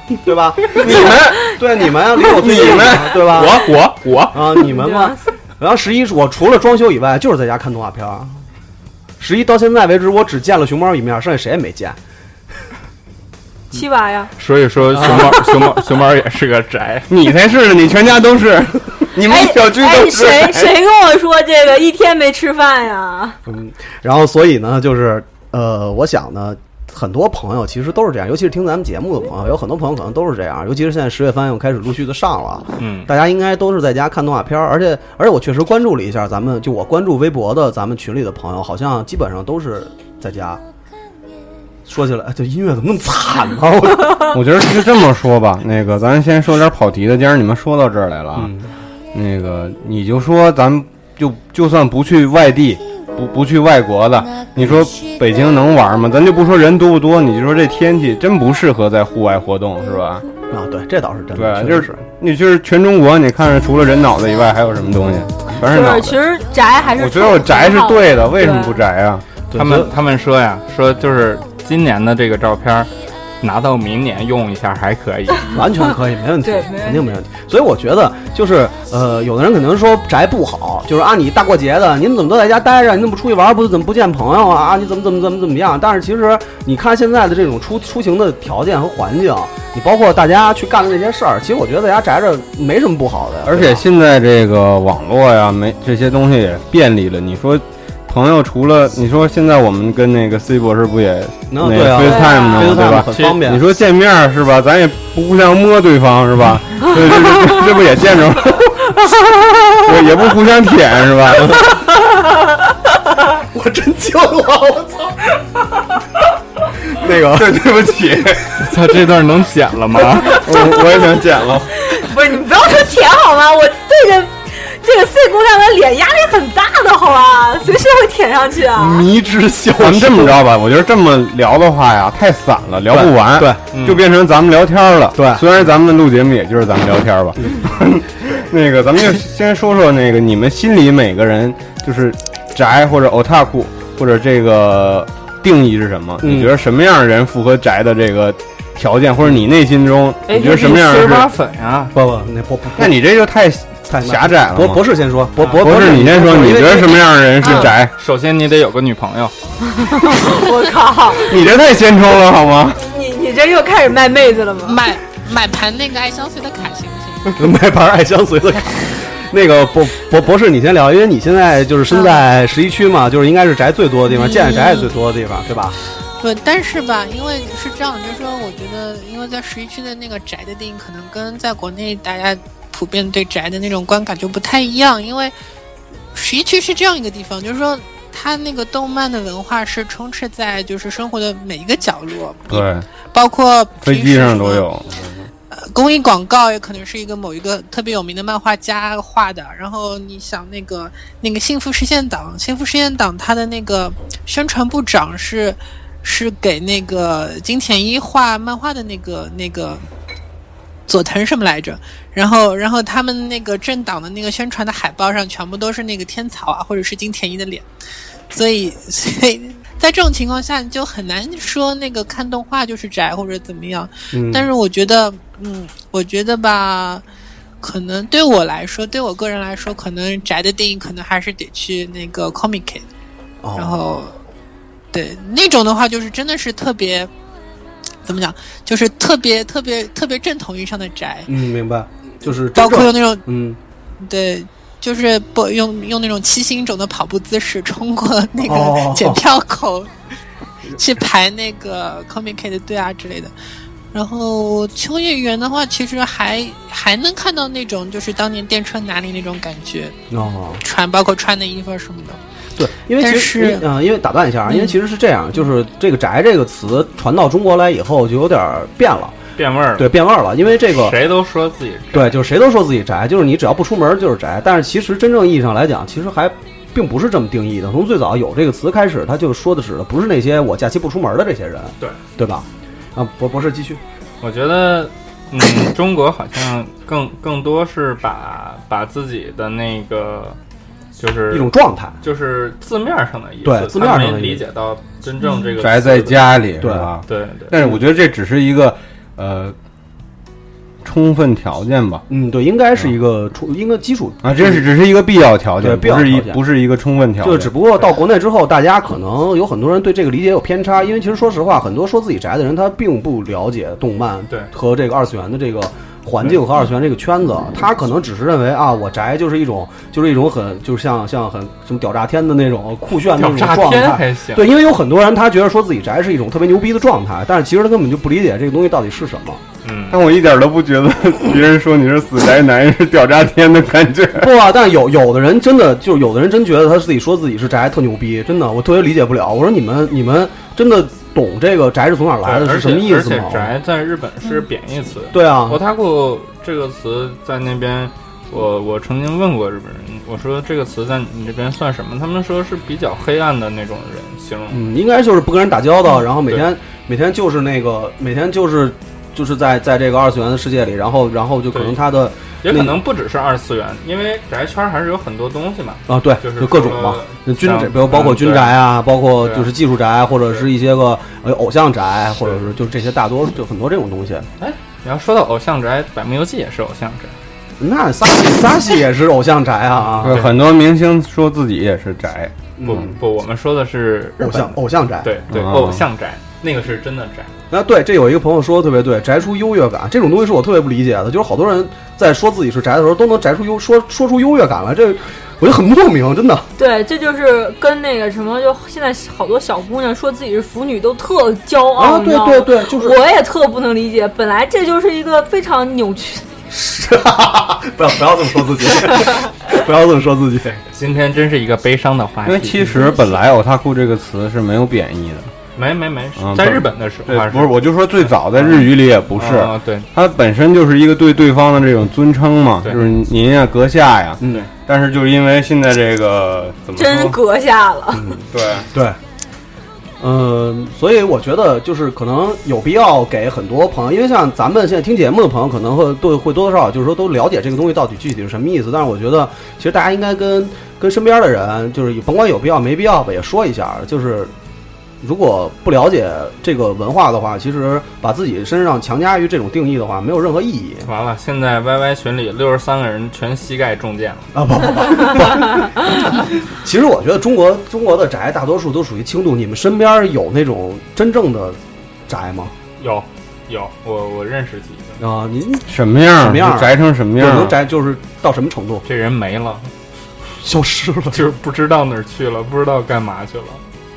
对吧？你们对你们离我最近对吧？ 我啊，你们嘛。然后11我除了装修以外，就是在家看动画片。11到现在为止，我只见了熊猫一面，剩下谁也没见。 七娃呀， 所以说熊猫也是个宅， 你才是呢，你全家都是，你们小区都是。 谁跟我说这个一天没吃饭呀？ 然后所以呢，就是我想呢，很多朋友其实都是这样，尤其是听咱们节目的朋友，有很多朋友可能都是这样，尤其是现在10月番又开始陆续的上了，大家应该都是在家看动画片，而且我确实关注了一下，我关注微博的咱们群里的朋友，好像基本上都是在家。说起来，这音乐怎么那么惨呢？ 我觉得是这么说吧，那个咱先说点跑题的，既然你们说到这儿来了，那个你就说咱们就算不去外地，不去外国的，你说北京能玩吗？咱就不说人多不多，你就说这天气真不适合在户外活动，是吧？ 啊，对，这倒是真的。 对，就是全中国，你看着除了人脑子以外，还有什么东西？全是脑子。 其实宅还是我觉得我宅是对的，为什么不宅啊？ 他们说呀，说就是今年的这个照片拿到明年用一下还可以， 完全可以，没问题，肯定没问题。所以我觉得就是有的人可能说宅不好，就是啊，你大过节的，你们怎么都在家待着？你怎么不出去玩？怎么不见朋友啊？你怎么样？但是其实你看现在的这种出行的条件和环境，你包括大家去干的那些事儿，其实我觉得在家宅着没什么不好的。 而且现在这个网络呀，这些东西也便利了。你说。朋友除了你说现在我们跟那个 C 博士不也那个 FaceTime 呢，对吧？ 很方便。 你说见面是吧？咱也不互相摸对方是吧？这不也见着了？也不互相舔是吧？ 我真惊了，我操！那个对不起， 操，这段能剪了吗？ 我也想剪了。 不是你不要说舔好吗？我对着。这个 C 姑娘的脸压力很大的，好吧，随时会舔上去啊！ 迷之消失。 咱们这么着吧，我觉得这么聊的话呀，太散了，聊不完。 对， 就变成咱们聊天了。 对， 虽然咱们的录节目也就是咱们聊天吧。那个，咱们就先说说那个，你们心里每个人就是宅或者 otaku 或者这个定义是什么？你觉得什么样的人符合宅的这个条件，或者你内心中你觉得什么样的是粉呀？ 不， 那你这就太狭窄了。 博士先说，博士你先说，你觉得什么样的人是宅？ 首先你得有个女朋友。 我靠， 你这太先冲了好吗？ 你这又开始卖妹子了吗？ 买盘那个爱相随的卡行不行？ 买盘爱相随的卡。那个博士你先聊，因为你现在就是身在11区嘛，就是应该是宅最多的地方，见宅最多的地方，对吧？ 对，但是吧，因为是这样，就是说，我觉得，因为在11区的那个宅的定义，可能跟在国内大家普遍对宅的那种观感就不太一样。因为11区是这样一个地方，就是说，它那个动漫的文化是充斥在就是生活的每一个角落， 对， 包括飞机上都有。 公益广告也可能是某一个特别有名的漫画家画的，然后你想那个幸福实现党他的那个宣传部长是给那个金田一画漫画的那个佐藤什么来着，然后他们那个政党的那个宣传的海报上全部都是那个天草啊或者是金田一的脸，所以在这种情况下你就很难说那个看动画就是宅或者怎么样。但是我觉得吧，可能对我个人来说，可能宅的定义可能还是得去那个 Comic， 然后对那种的话就是真的是特别怎么讲，就是特别正统意义上的宅。 明白，就是包括用那种对。就是用那种7星种的跑步姿势冲过那个检票口，去排那个 Comic 的队啊之类的。然后秋叶原的话，其实还能看到那种就是当年电车男里那种感觉包括穿的衣服什么的。 对，因为其实因为打断一下，因为其实是这样，就是这个宅这个词传到中国来以后，就有点变了。 变味儿了， 对，变味儿了，因为这个谁都说自己宅， 对，就是谁都说自己宅，就是你只要不出门就是宅。但是其实真正意义上来讲，其实还并不是这么定义的。从最早有这个词开始，他就说的是不是那些我假期不出门的这些人，对吧？啊，博士继续。 我觉得，中国好像更多是把自己的那个就是一种状态， 就是字面上的意思， 对，字面上的意思， 理解到真正这个宅在家里， 对吧？ 对。 但是我觉得这只是一个充分条件吧。 对，应该是一个应该基础啊，这只是一个必要条件， 对， 不是一个充分条件。 就只不过到国内之后，大家可能有很多人对这个理解有偏差，因为其实说实话，很多说自己宅的人，他并不了解动漫和这个二次元的这个环境和二次元这个圈子，他可能只是认为啊，我宅就是一种很就是像很什么屌炸天的那种酷炫的那种状态。对，因为有很多人他觉得说自己宅是一种特别牛逼的状态，但是其实他根本就不理解这个东西到底是什么。 但我一点都不觉得别人说你是死宅男是屌炸天的感觉。 不啊，但有的人真的就是有的人真觉得他自己说自己是宅特牛逼，真的我特别理解不了。我说你们真的懂这个宅是从哪来的，是什么意思吗？ 而且宅在日本是贬义词。 对啊 ，otaku这个词在那边，我曾经问过日本人，我说这个词在你这边算什么？他们说是比较黑暗的那种人形容。 应该就是不跟人打交道，然后每天就是那个每天就是在这个二次元的世界里，然后就可能他的也可能不只是二次元，因为宅圈还是有很多东西嘛。 啊，对，就各种嘛，军宅，比如包括军宅啊，包括就是技术宅，或者是一些个偶像宅，或者是就这些大多就很多这种东西。 哎，你要说到偶像宅，百慕游记也是偶像宅。 那撒西也是偶像宅啊！ 对，很多明星说自己也是宅。 不，我们说的是偶像宅。 对，偶像宅，那个是真的宅。 对，这有一个朋友说的特别对，宅出优越感这种东西是我特别不理解的，就是好多人在说自己是宅的时候都能宅出说出优越感来，这我觉得很莫名，真的。 对，这就是跟那个什么，就现在好多小姑娘说自己是腐女都特骄傲啊！对，就是我也特不能理解，本来这就是一个非常扭曲。 不要这么说自己，不要这么说自己。 今天真是一个悲伤的话题， 因为其实本来otaku这个词是没有贬义的。 没，在日本的时候不是，我就说最早在日语里也不是， 对， 它本身就是一个对对方的这种尊称嘛，就是您呀、阁下呀，但是就是因为现在这个怎么说真阁下了， 对， 所以我觉得就是可能有必要给很多朋友，因为像咱们现在听节目的朋友，可能会多多少少就是说都了解这个东西到底具体是什么意思，但是我觉得其实大家应该跟身边的人，就是甭管有必要没必要吧，也说一下，就是如果不了解这个文化的话，其实把自己身上强加于这种定义的话，没有任何意义。 完了，现在 YY 群里63个人全膝盖中箭了啊！不，其实我觉得中国的宅大多数都属于轻度。你们身边有那种真正的宅吗？ 有，我认识几个啊。您什么样宅成什么样？ 能宅就是到什么程度？ 这人没了， 消失了， 就是不知道哪儿去了，不知道干嘛去了。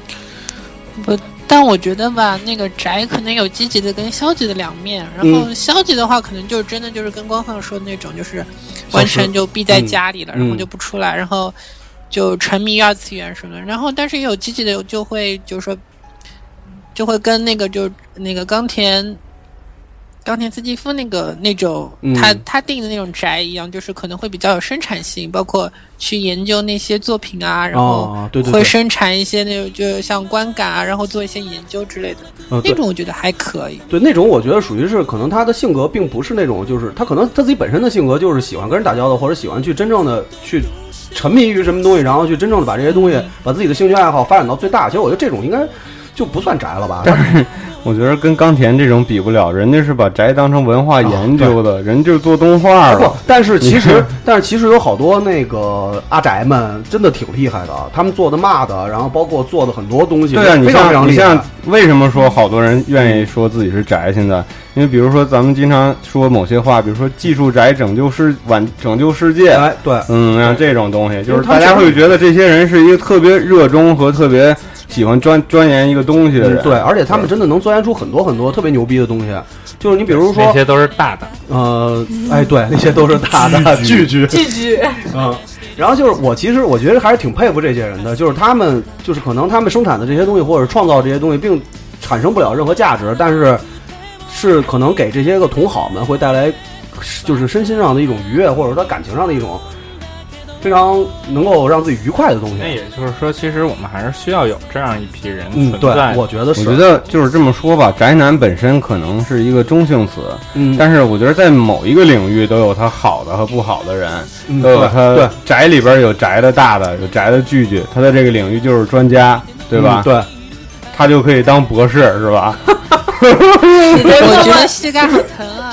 但我觉得吧，那个宅可能有积极的跟消极的两面。然后消极的话，可能就是真的就是跟光放说的那种，就是完全就闭在家里了，然后就不出来，然后就沉迷于二次元什么的。然后，但是也有积极的，就会就是说，就会跟那个就那个冈田斯基夫那种他定的那种宅一样，就是可能会比较有生产性，包括去研究那些作品啊，然后会生产一些那种就像观感啊，然后做一些研究之类的，那种我觉得还可以。 对，那种我觉得属于是可能他的性格并不是那种，就是他可能他自己本身的性格就是喜欢跟人打交道，或者喜欢去真正的去沉迷于什么东西，然后去真正的把这些东西把自己的兴趣爱好发展到最大。其实我觉得这种应该就不算宅了吧。 但是我觉得跟冈田这种比不了，人家是把宅当成文化研究的，人就做动画了。 但是其实有好多那个阿宅们真的挺厉害的，他们做的骂的，然后包括做的很多东西， 对啊， 非常非常厉害。 你像为什么说好多人愿意说自己是宅？现在，因为比如说咱们经常说某些话，比如说技术宅拯救世界， 哎，对， 像这种东西，就是大家会觉得这些人是一个特别热衷和特别喜欢钻研一个东西的人， 对，而且他们真的能钻研出很多很多特别牛逼的东西。就是你比如说， 那些都是大的， 对，那些都是大的巨然后就是我觉得还是挺佩服这些人的，就是他们就是可能他们生产的这些东西或者创造这些东西并产生不了任何价值，但是可能给这些个同好们会带来就是身心上的一种愉悦，或者说感情上的一种非常能够让自己愉快的东西。 那也就是说，其实我们还是需要有这样一批人存在。 对，我觉得就是这么说吧，宅男本身可能是一个中性词，但是我觉得在某一个领域都有他好的和不好的人，都有他对宅里边有宅的大的，有宅的巨巨，他在这个领域就是专家，对吧？ 对， 他就可以当博士，是吧？ 我觉得膝盖好疼啊！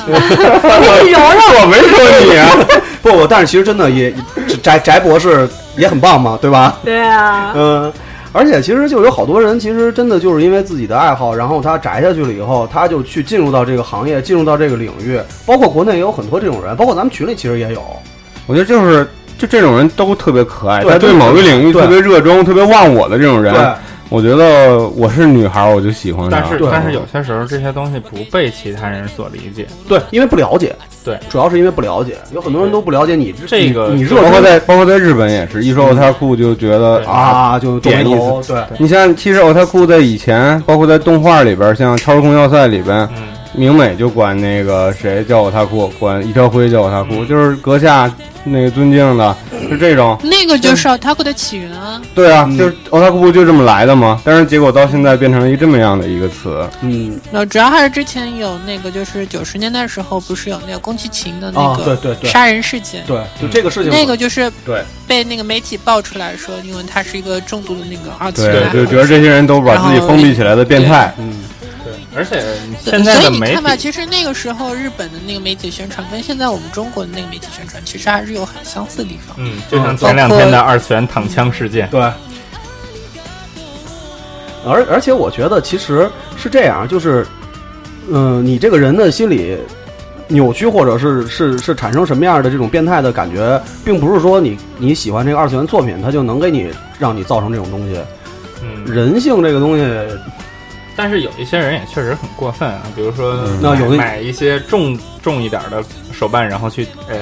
你揉揉， 我没说你啊， 不，但是其实真的也翟博士也很棒嘛，对吧？ 对啊， 而且其实就有好多人，其实真的就是因为自己的爱好，然后他宅下去了以后，他就去进入到这个行业，进入到这个领域。包括国内也有很多这种人，包括咱们群里其实也有。 我觉得就这种人都特别可爱，他对某个领域特别热衷、特别忘我的这种人。我觉得我是女孩，我就喜欢。 但是有些时候这些东西不被其他人所理解。 对，因为不了解。 对， 主要是因为不了解，有很多人都不了解你这个。 你包括在日本也是，一说otaku就觉得就点意思。对， 你像其实otaku在以前，包括在动画里边，像《超时空要塞》里边，明美就管那个谁叫otaku，管一条辉叫otaku，就是阁下那个尊敬的，是这种。 那个就是otaku的起源啊。 对啊，就是otaku就这么来的嘛。但是结果到现在变成了一个这么样的一个词。 主要还是之前有那个，就是90年代的时候，不是有那个宫崎勤的那个杀人事件？ 对，就这个事情。 那个就是对被那个媒体爆出来说，因为他是一个重度的那个二次元， 对，就觉得这些人都把自己封闭起来的变态。 对，而且现在的媒体， 所以你看吧，其实那个时候日本的那个媒体宣传跟现在我们中国的那个媒体宣传，其实还是有很相似的地方。 就像前2天的二次元躺枪事件。 对。而且我觉得其实是这样，就是，你这个人的心理扭曲，或者是产生什么样的这种变态的感觉，并不是说你喜欢这个二次元作品，它就能让你造成这种东西。人性这个东西。 但是有一些人也确实很过分啊，比如说买一些重一点的手办，然后去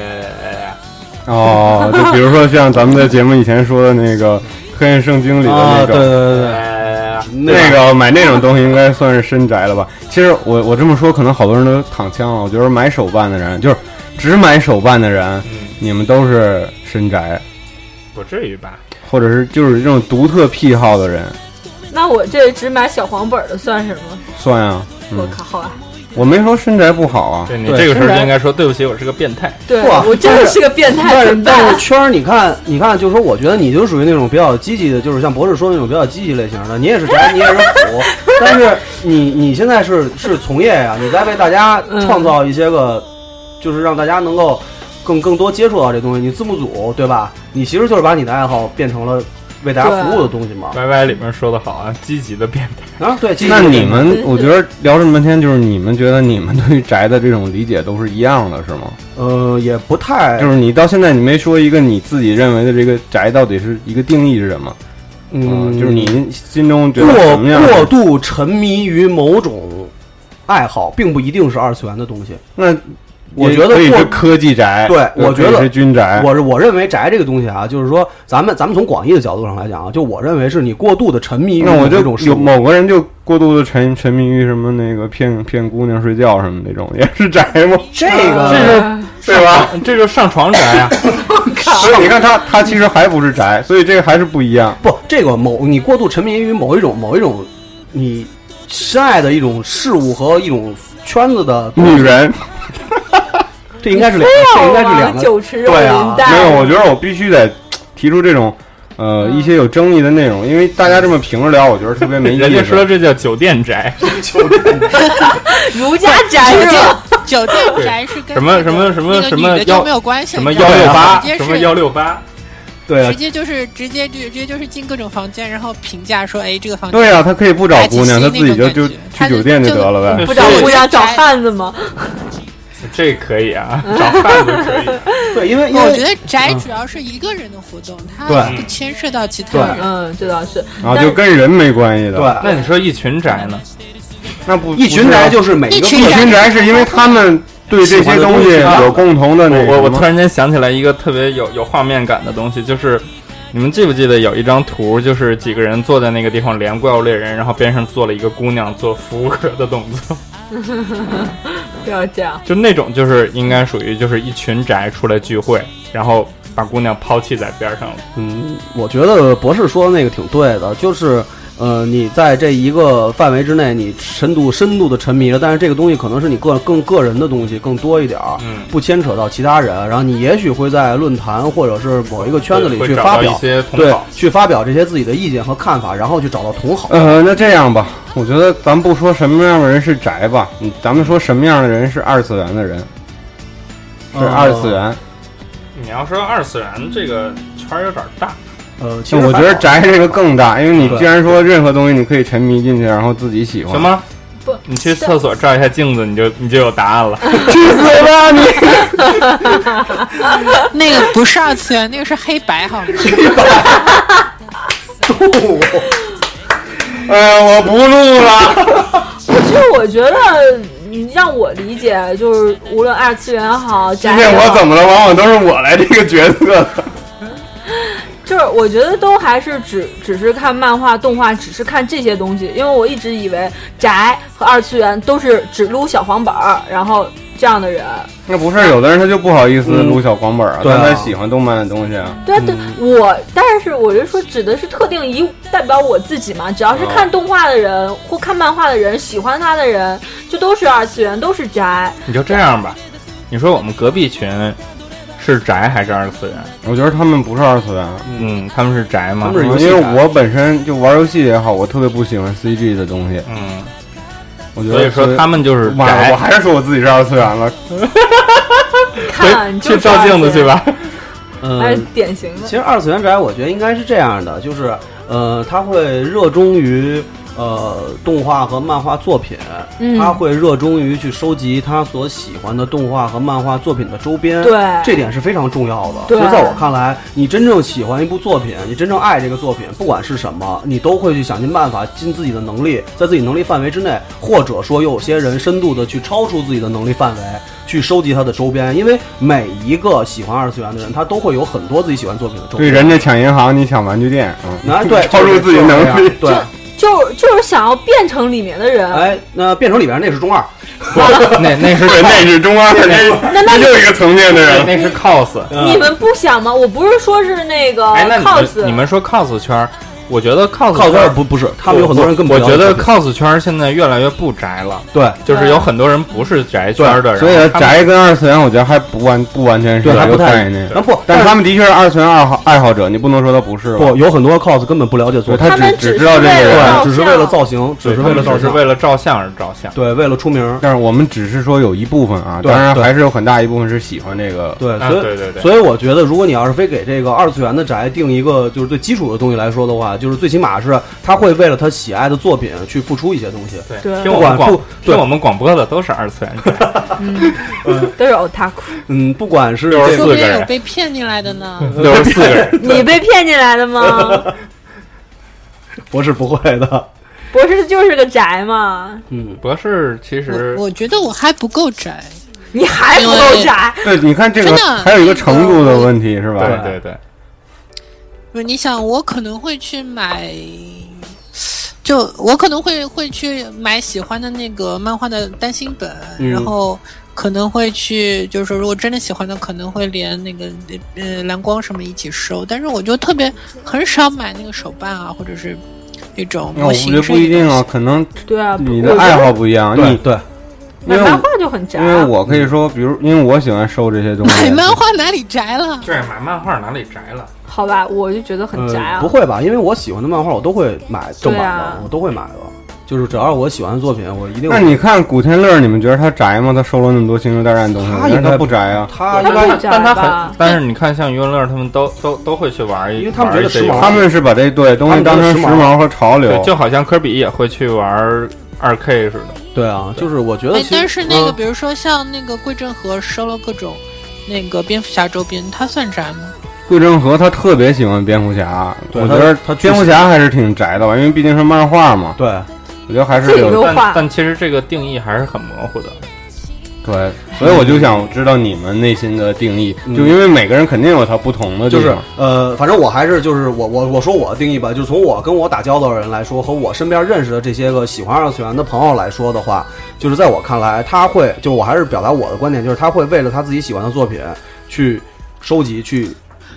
就比如说像咱们的节目以前说的那个黑暗圣经里的那种， 对， 那个买那种东西应该算是深宅了吧？其实我这么说，可能好多人都躺枪了。我觉得买手办的人，就是只买手办的人，你们都是深宅， 不至于吧？ 或者是就是这种独特癖好的人。 那我这只买小黄本的算什么？ 算啊！ 我靠，好啊！ 我没说深宅不好啊。 对，你这个时候就应该说对不起，我是个变态。 对，我真的是个变态。 但是圈儿，你看，就是说，我觉得你就属于那种比较积极的，就是像博士说那种比较积极类型的。你也是宅，你也是腐，但是你现在是从业呀，你在为大家创造一些个，就是让大家能够更多接触到这东西。你字幕组对吧？你其实就是把你的爱好变成了为大家服务的东西嘛。 YY 里面说的好啊，积极的变态啊，对。 那你们，我觉得聊这么半天，就是你们觉得你们对于宅的这种理解都是一样的，是吗？ 也不太。 就是你到现在你没说一个你自己认为的这个宅到底是一个定义是什么？就是你心中觉得什么样过度沉迷于某种爱好，并不一定是二次元的东西。 那我觉得可以是科技宅， 对，我觉得是军宅。 我认为宅这个东西啊，就是说咱们从广义的角度上来讲啊，就我认为是你过度的沉迷于这种事物。 有某个人就过度的沉迷于什么那个骗姑娘睡觉什么那种，也是宅吗？ 这个对吧？ 这就上床宅啊！ 所以你看他其实还不是宅，所以这个还是不一样。 不，这个你过度沉迷于某一种你深爱的一种事物和一种圈子的女人。 这应该是两个酒池肉林蛋。 没有，我觉得我必须得提出这种一些有争议的内容，因为大家这么平着聊，我觉得特别没意思。 人家说这叫酒店宅， 儒家宅酒店宅是跟什么就没有关系， 什么168，什么168。 对啊， 直接就是进各种房间，然后评价说，哎，这个房间对啊，他可以不找姑娘，他自己就去酒店就得了呗。 不找姑娘找汉子吗？ 这可以啊，找汉子可以。 对，因为我觉得宅主要是一个人的活动，它不牵涉到其他人。 这倒是。 然后就跟人没关系的。 对， 那你说一群宅呢？ 那不一群宅就是每一个一群宅是因为他们对这些东西有共同的那个。 我突然间想起来一个特别有画面感的东西，就是你们记不记得有一张图，就是几个人坐在那个地方连怪物猎人，然后边上坐了一个姑娘做扶额的动作。 不要这样， 就那种就是应该属于就是一群宅出来聚会，然后把姑娘抛弃在边上了。 我觉得博士说的那个挺对的，就是你在这一个范围之内，你深度的沉迷了，但是这个东西可能是你更个人的东西更多一点，不牵扯到其他人，然后你也许会在论坛或者是某一个圈子里去发表，对，去发表这些自己的意见和看法，然后去找到同好。 那这样吧，我觉得咱不说什么样的人是宅吧，咱们说什么样的人是二次元的人，是二次元。 你要说二次元这个圈有点大。 其实我觉得宅这个更大，因为你既然说任何东西你可以沉迷进去，然后自己喜欢， 行吗？不，你去厕所照一下镜子，你就有答案了。 去死吧你！ 那个不是二次元，那个是黑白，好吗？ 黑白。 我不录了。 其实我觉得，你让我理解，就是无论二次元好，宅好， 今天我怎么了？往往都是我来这个角色。 就是我觉得都还是只是看漫画动画，只是看这些东西，因为我一直以为宅和二次元都是只撸小黄本儿，然后这样的人。 那不是有的人他就不好意思撸小黄本啊，但他喜欢动漫的东西啊。 对，但是我就说指的是特定代表我自己嘛，只要是看动画的人或看漫画的人，喜欢他的人，就都是二次元，都是宅。 你就这样吧，你说我们隔壁群是宅还是二次元？ 我觉得他们不是二次元， 他们是宅嘛。 因为我本身就玩游戏也好，我特别不喜欢 CG 的东西。我觉得所以说他们就是宅。 我还是说我自己是二次元了。 看， 去照镜子去吧。 典型的。 其实二次元宅，我觉得应该是这样的，就是他会热衷于。动画和漫画作品，他会热衷于去收集他所喜欢的动画和漫画作品的周边， 对， 这点是非常重要的。所以在我看来，你真正喜欢一部作品，你真正爱这个作品，不管是什么，你都会去想尽办法，尽自己的能力，在自己能力范围之内，或者说有些人深度的去超出自己的能力范围，去收集他的周边。因为每一个喜欢二次元的人，他都会有很多自己喜欢作品的周边。 对，人家抢银行，你抢玩具店， 对， 超出自己能力， 对。 就是想要变成里面的人， 那变成里面那是中二， 那是中二，那就是一个层面的人， 那是 cos。 你们不想吗？我不是说是那个 cos，你们说 cos 圈。我觉得 cos 圈不是，他们有很多人根本我觉得 cos 圈现在越来越不宅了。 对， 就是有很多人不是宅圈的人， 所以宅跟二次元我觉得还不完全是一个概念。但他们的确是二次元爱好者，你不能说他不是。 不，有很多 cos 根本不了解作品， 他只知道这个人， 只是为了造型， 只是为了照相而照相。 对，为了出名。 但是我们只是说有一部分啊，当然还是有很大一部分是喜欢这个。 对， 对。 所以我觉得，如果你要是非给这个二次元的宅定一个就是最基础的东西来说的话，就是最起码是。他会为了他喜爱的作品去付出一些东西。 对， 听我们广播的都是二次元， 都是 otaku。 不管是 64个人，有被骗进来的呢。 64个人， 你被骗进来的吗？ 博士不会的， 博士就是个宅嘛。 博士其实我觉得我还不够宅。 你还不够宅？ 对，你看这个还有一个程度的问题是吧？ 对。 不是，你想，我可能会去买，就我可能会去买喜欢的那个漫画的单行本，然后可能会去，就是说，如果真的喜欢的，可能会连那个蓝光什么一起收。但是我就很少买那个手办啊，或者是那种模型。 我觉得不一定啊，可能对啊， 你的爱好不一样， 对。 买漫画就很宅， 因为我可以说，比如，因为我喜欢收这些东西。 买漫画哪里宅了？ 对，买漫画哪里宅了？ 好吧，我就觉得很宅啊。 不会吧？因为我喜欢的漫画，我都会买正版的，我都会买的。就是只要是我喜欢的作品，我一定。 那你看古天乐，你们觉得他宅吗？他收了那么多星球大战东西， 他应该不宅啊。 他但是你看，像余文乐他们都会去玩， 因为他们觉得时髦， 他们是把这东西当成时髦和潮流， 就好像科比也会去玩2K 似的。 对啊，就是我觉得但是那个比如说像那个桂正和收了各种那个蝙蝠侠周边，他算宅吗？ 桂正和他特别喜欢蝙蝠侠，我觉得他蝙蝠侠还是挺宅的吧，因为毕竟是漫画嘛。 对， 我觉得还是有， 但其实这个定义还是很模糊的。 对，所以我就想知道你们内心的定义，就因为每个人肯定有他不同的地方。 就是反正我还是就是我说我的定义吧，就是从我跟我打交道的人来说，和我身边认识的这些个喜欢二次元的朋友来说的话，就是在我看来，他会就我还是表达我的观点，就是他会为了他自己喜欢的作品去收集去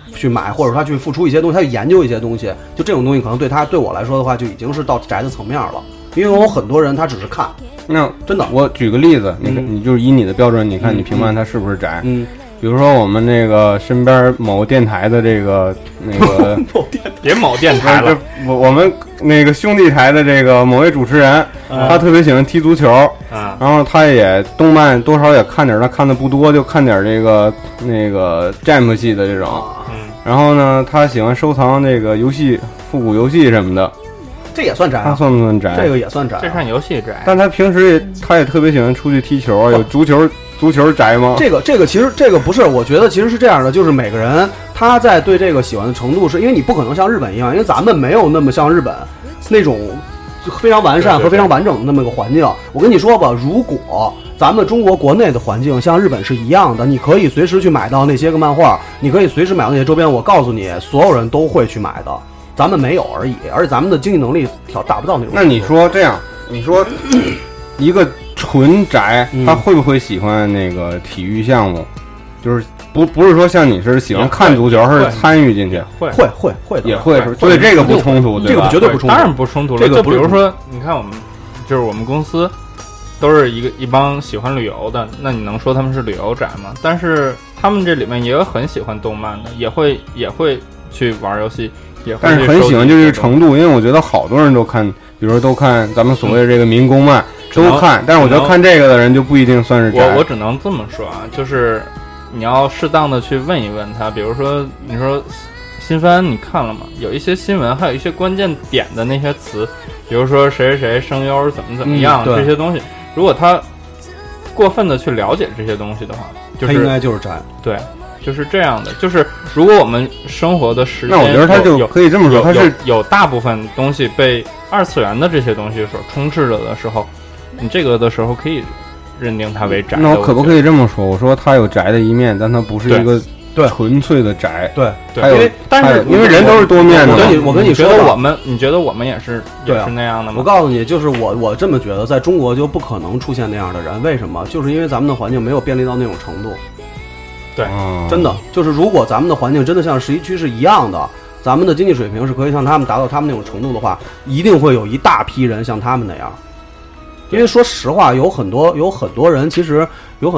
去买，或者他去付出一些东西，他去研究一些东西，就这种东西可能对我来说的话，就已经是到宅的层面了。因为我很多人他只是看， 那真的， 我举个例子，你就是以你的标准，你看你评判他是不是宅？比如说我们那个身边某电台的这个别某电台了， 我们那个兄弟台的这个某位主持人，他特别喜欢踢足球，然后他也动漫多少也看点，他看的不多，就看点这个Jump 系的这种，然后呢，他喜欢收藏这个游戏复古游戏什么的。 这也算宅他算不算宅？ 这个也算宅， 这算游戏宅。 但他平时他也特别喜欢出去踢球啊，有足球宅吗？ 这个其实这个不是，我觉得其实是这样的，就是每个人他在对这个喜欢的程度是，因为你不可能像日本一样，因为咱们没有那么像日本那种非常完善和非常完整的那么一个环境。我跟你说吧，如果咱们中国国内的环境像日本是一样的，你可以随时去买到那些个漫画，你可以随时买到那些周边，我告诉你，所有人都会去买的。咱们没有而已，而且咱们的经济能力达不到那种。 那你说这样，你说一个纯宅，他会不会喜欢那个体育项目？就是不是说像你是喜欢看足球，是参与进去？ 会的， 也会是，所以这个不冲突， 这个绝对不冲突， 当然不冲突了。 这个就比如说，你看我们公司都是一帮喜欢旅游的，那你能说他们是旅游宅吗？但是他们这里面也有很喜欢动漫的，也会去玩游戏。 但是很喜欢就这个程度，因为我觉得好多人都看，比如说都看咱们所谓的这个民工漫，都看。但是我觉得看这个的人就不一定算是宅。 我只能这么说啊，就是你要适当的去问一问他，比如说你说新番你看了吗？有一些新闻，还有一些关键点的那些词，比如说谁谁谁声优怎么样，这些东西，如果他过分的去了解这些东西的话，就是他应该就是宅。 对。就是这样的，就是如果我们生活的时间， 那我觉得他就可以这么说，他是有大部分东西被二次元的这些东西所充斥着的时候，你这个的时候可以认定它为宅。 那我可不可以这么说？我说他有宅的一面，但他不是一个纯粹的宅。 对， 但是因为人都是多面的。 我跟你说， 你觉得我们也是那样的吗？ 我告诉你，就是我这么觉得，在中国就不可能出现那样的人。为什么？就是因为咱们的环境没有便利到那种程度。 对， 真的就是如果咱们的环境真的像11区是一样的，咱们的经济水平是可以像他们达到他们那种程度的话，一定会有一大批人像他们那样。因为说实话，有很多人其实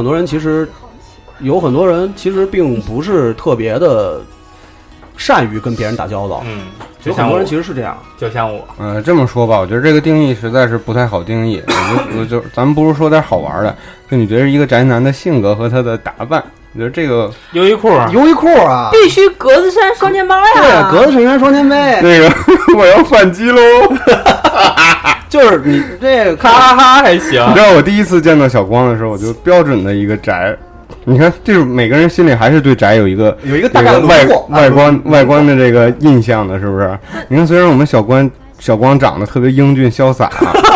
并不是特别的善于跟别人打交道。有很多人其实是这样， 就像我。 这么说吧，我觉得这个定义实在是不太好定义。我就咱们不如说点好玩的，就你觉得一个宅男的性格和他的打扮，我觉得这个优衣库啊， 必须格子衫双肩包呀。 对，格子衬衫双肩背。 那个我要反击喽。 就是你这个哈哈哈还行。 你知道我第一次见到小光的时候，我就标准的一个宅。你看，就是每个人心里还是对宅有一个大概的外观的这个印象的，是不是？你看，虽然我们小光长得特别英俊潇洒，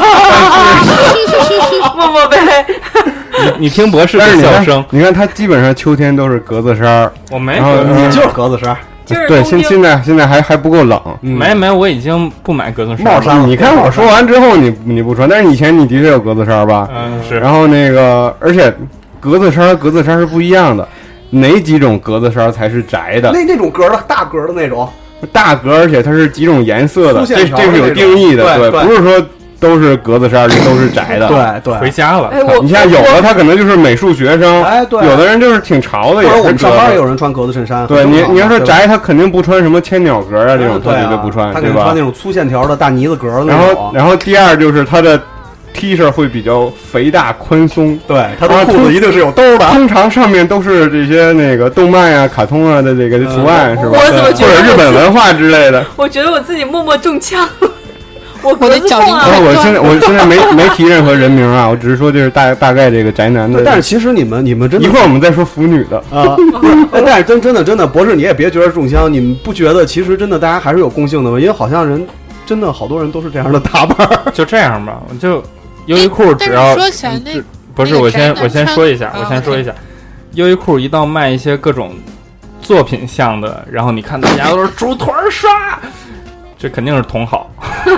默默呗。 你听博士的笑声， 你看他基本上秋天都是格子衫， 我没， 你就是格子衫。 对，现在还不够冷。 没，我已经不买格子衫。 帽衫，你看我说完之后你不穿，但是以前你的确有格子衫吧？ 是。 然后而且。格子衫是不一样的，哪几种格子衫才是宅的？ 那种格的大格的那种， 大格，而且它是几种颜色的，这是有定义的，对，不是说都是格子衫，都是宅的。 对， 回家了。 你像有的他可能就是美术学生，有的人就是挺潮的，也是。 我们上班也有人穿格子衬衫。 对你要说宅，他肯定不穿什么千鸟格啊这种，他绝对不穿， 他肯定穿那种粗线条的大呢子格的那种。然后第二就是他的。T 恤会比较肥大宽松， 对，他的裤子一定是有兜的， 通常上面都是这些那个动漫啊、卡通啊的这个图案，是吧？ 我怎么觉得或者日本文化之类的？ 我觉得我自己默默中枪，我的脚印。 我现在没提任何人名啊，我只是说就是大概这个宅男的。 但是其实你们真的， 一会儿我们再说腐女的啊。但是真的，博士你也别觉得中枪，你们不觉得其实真的大家还是有共性的吗？因为好像真的好多人都是这样的打扮。 就这样吧，就。优衣库只要说起来不是我先说一下，优衣库一到卖一些各种作品项的，然后你看大家都是组团刷，这肯定是同好。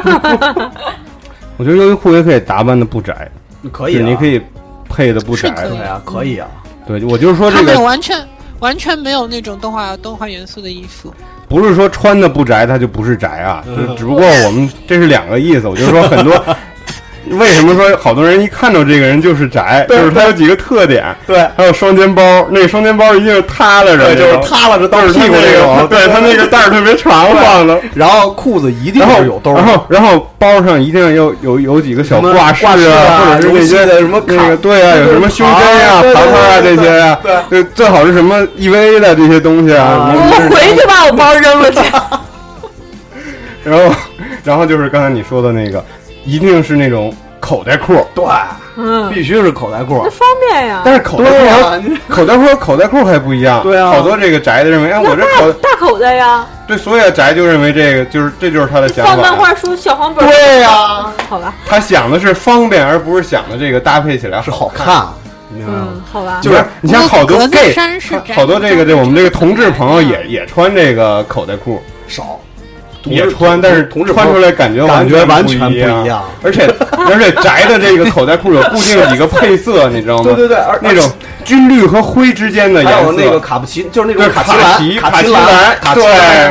我觉得优衣库也可以打扮的不宅， 可以， 你可以配的不宅， 对啊，可以啊。 对，我就是说这个完全完全没有那种动画元素的衣服。 不是说穿的不宅它就不是宅啊，就只不过我们这是两个意思。我就说很多为什么说好多人一看到这个人就是宅，就是他有几个特点， 对， 还有双肩包，那个双肩包一定是塌了着， 就是塌了着到屁股这种， 对他那个带儿特别长放的， 然后裤子一定是有兜， 然后包上一定有几个小挂饰啊，或者是那些的什么那个对啊，有什么胸针啊、盘盘啊这些啊，对，最好是什么 EVA 的这些东西啊， 我回去把我包扔了去。 然后就是刚才你说的那个。一定是那种口袋裤， 对，必须是口袋裤， 那方便呀。 但是口袋裤和口袋裤还不一样， 对啊， 好多这个宅的认为，哎，我这大口袋呀。 对，所有宅就认为这个就是他的想法。 放漫画书、小黄本。 对呀， 好吧。 他想的是方便，而不是想的这个搭配起来是好看。 好吧。 就是你像好多 gay， 好多这我们这个同志朋友也穿这个口袋裤， 少。 也穿，但是穿出来感觉完全不一样，而且宅的这个口袋裤有固定几个配色，你知道吗？ 对， 那种军绿和灰之间的颜色， 还有那个卡布奇，就是那种卡其蓝， 对。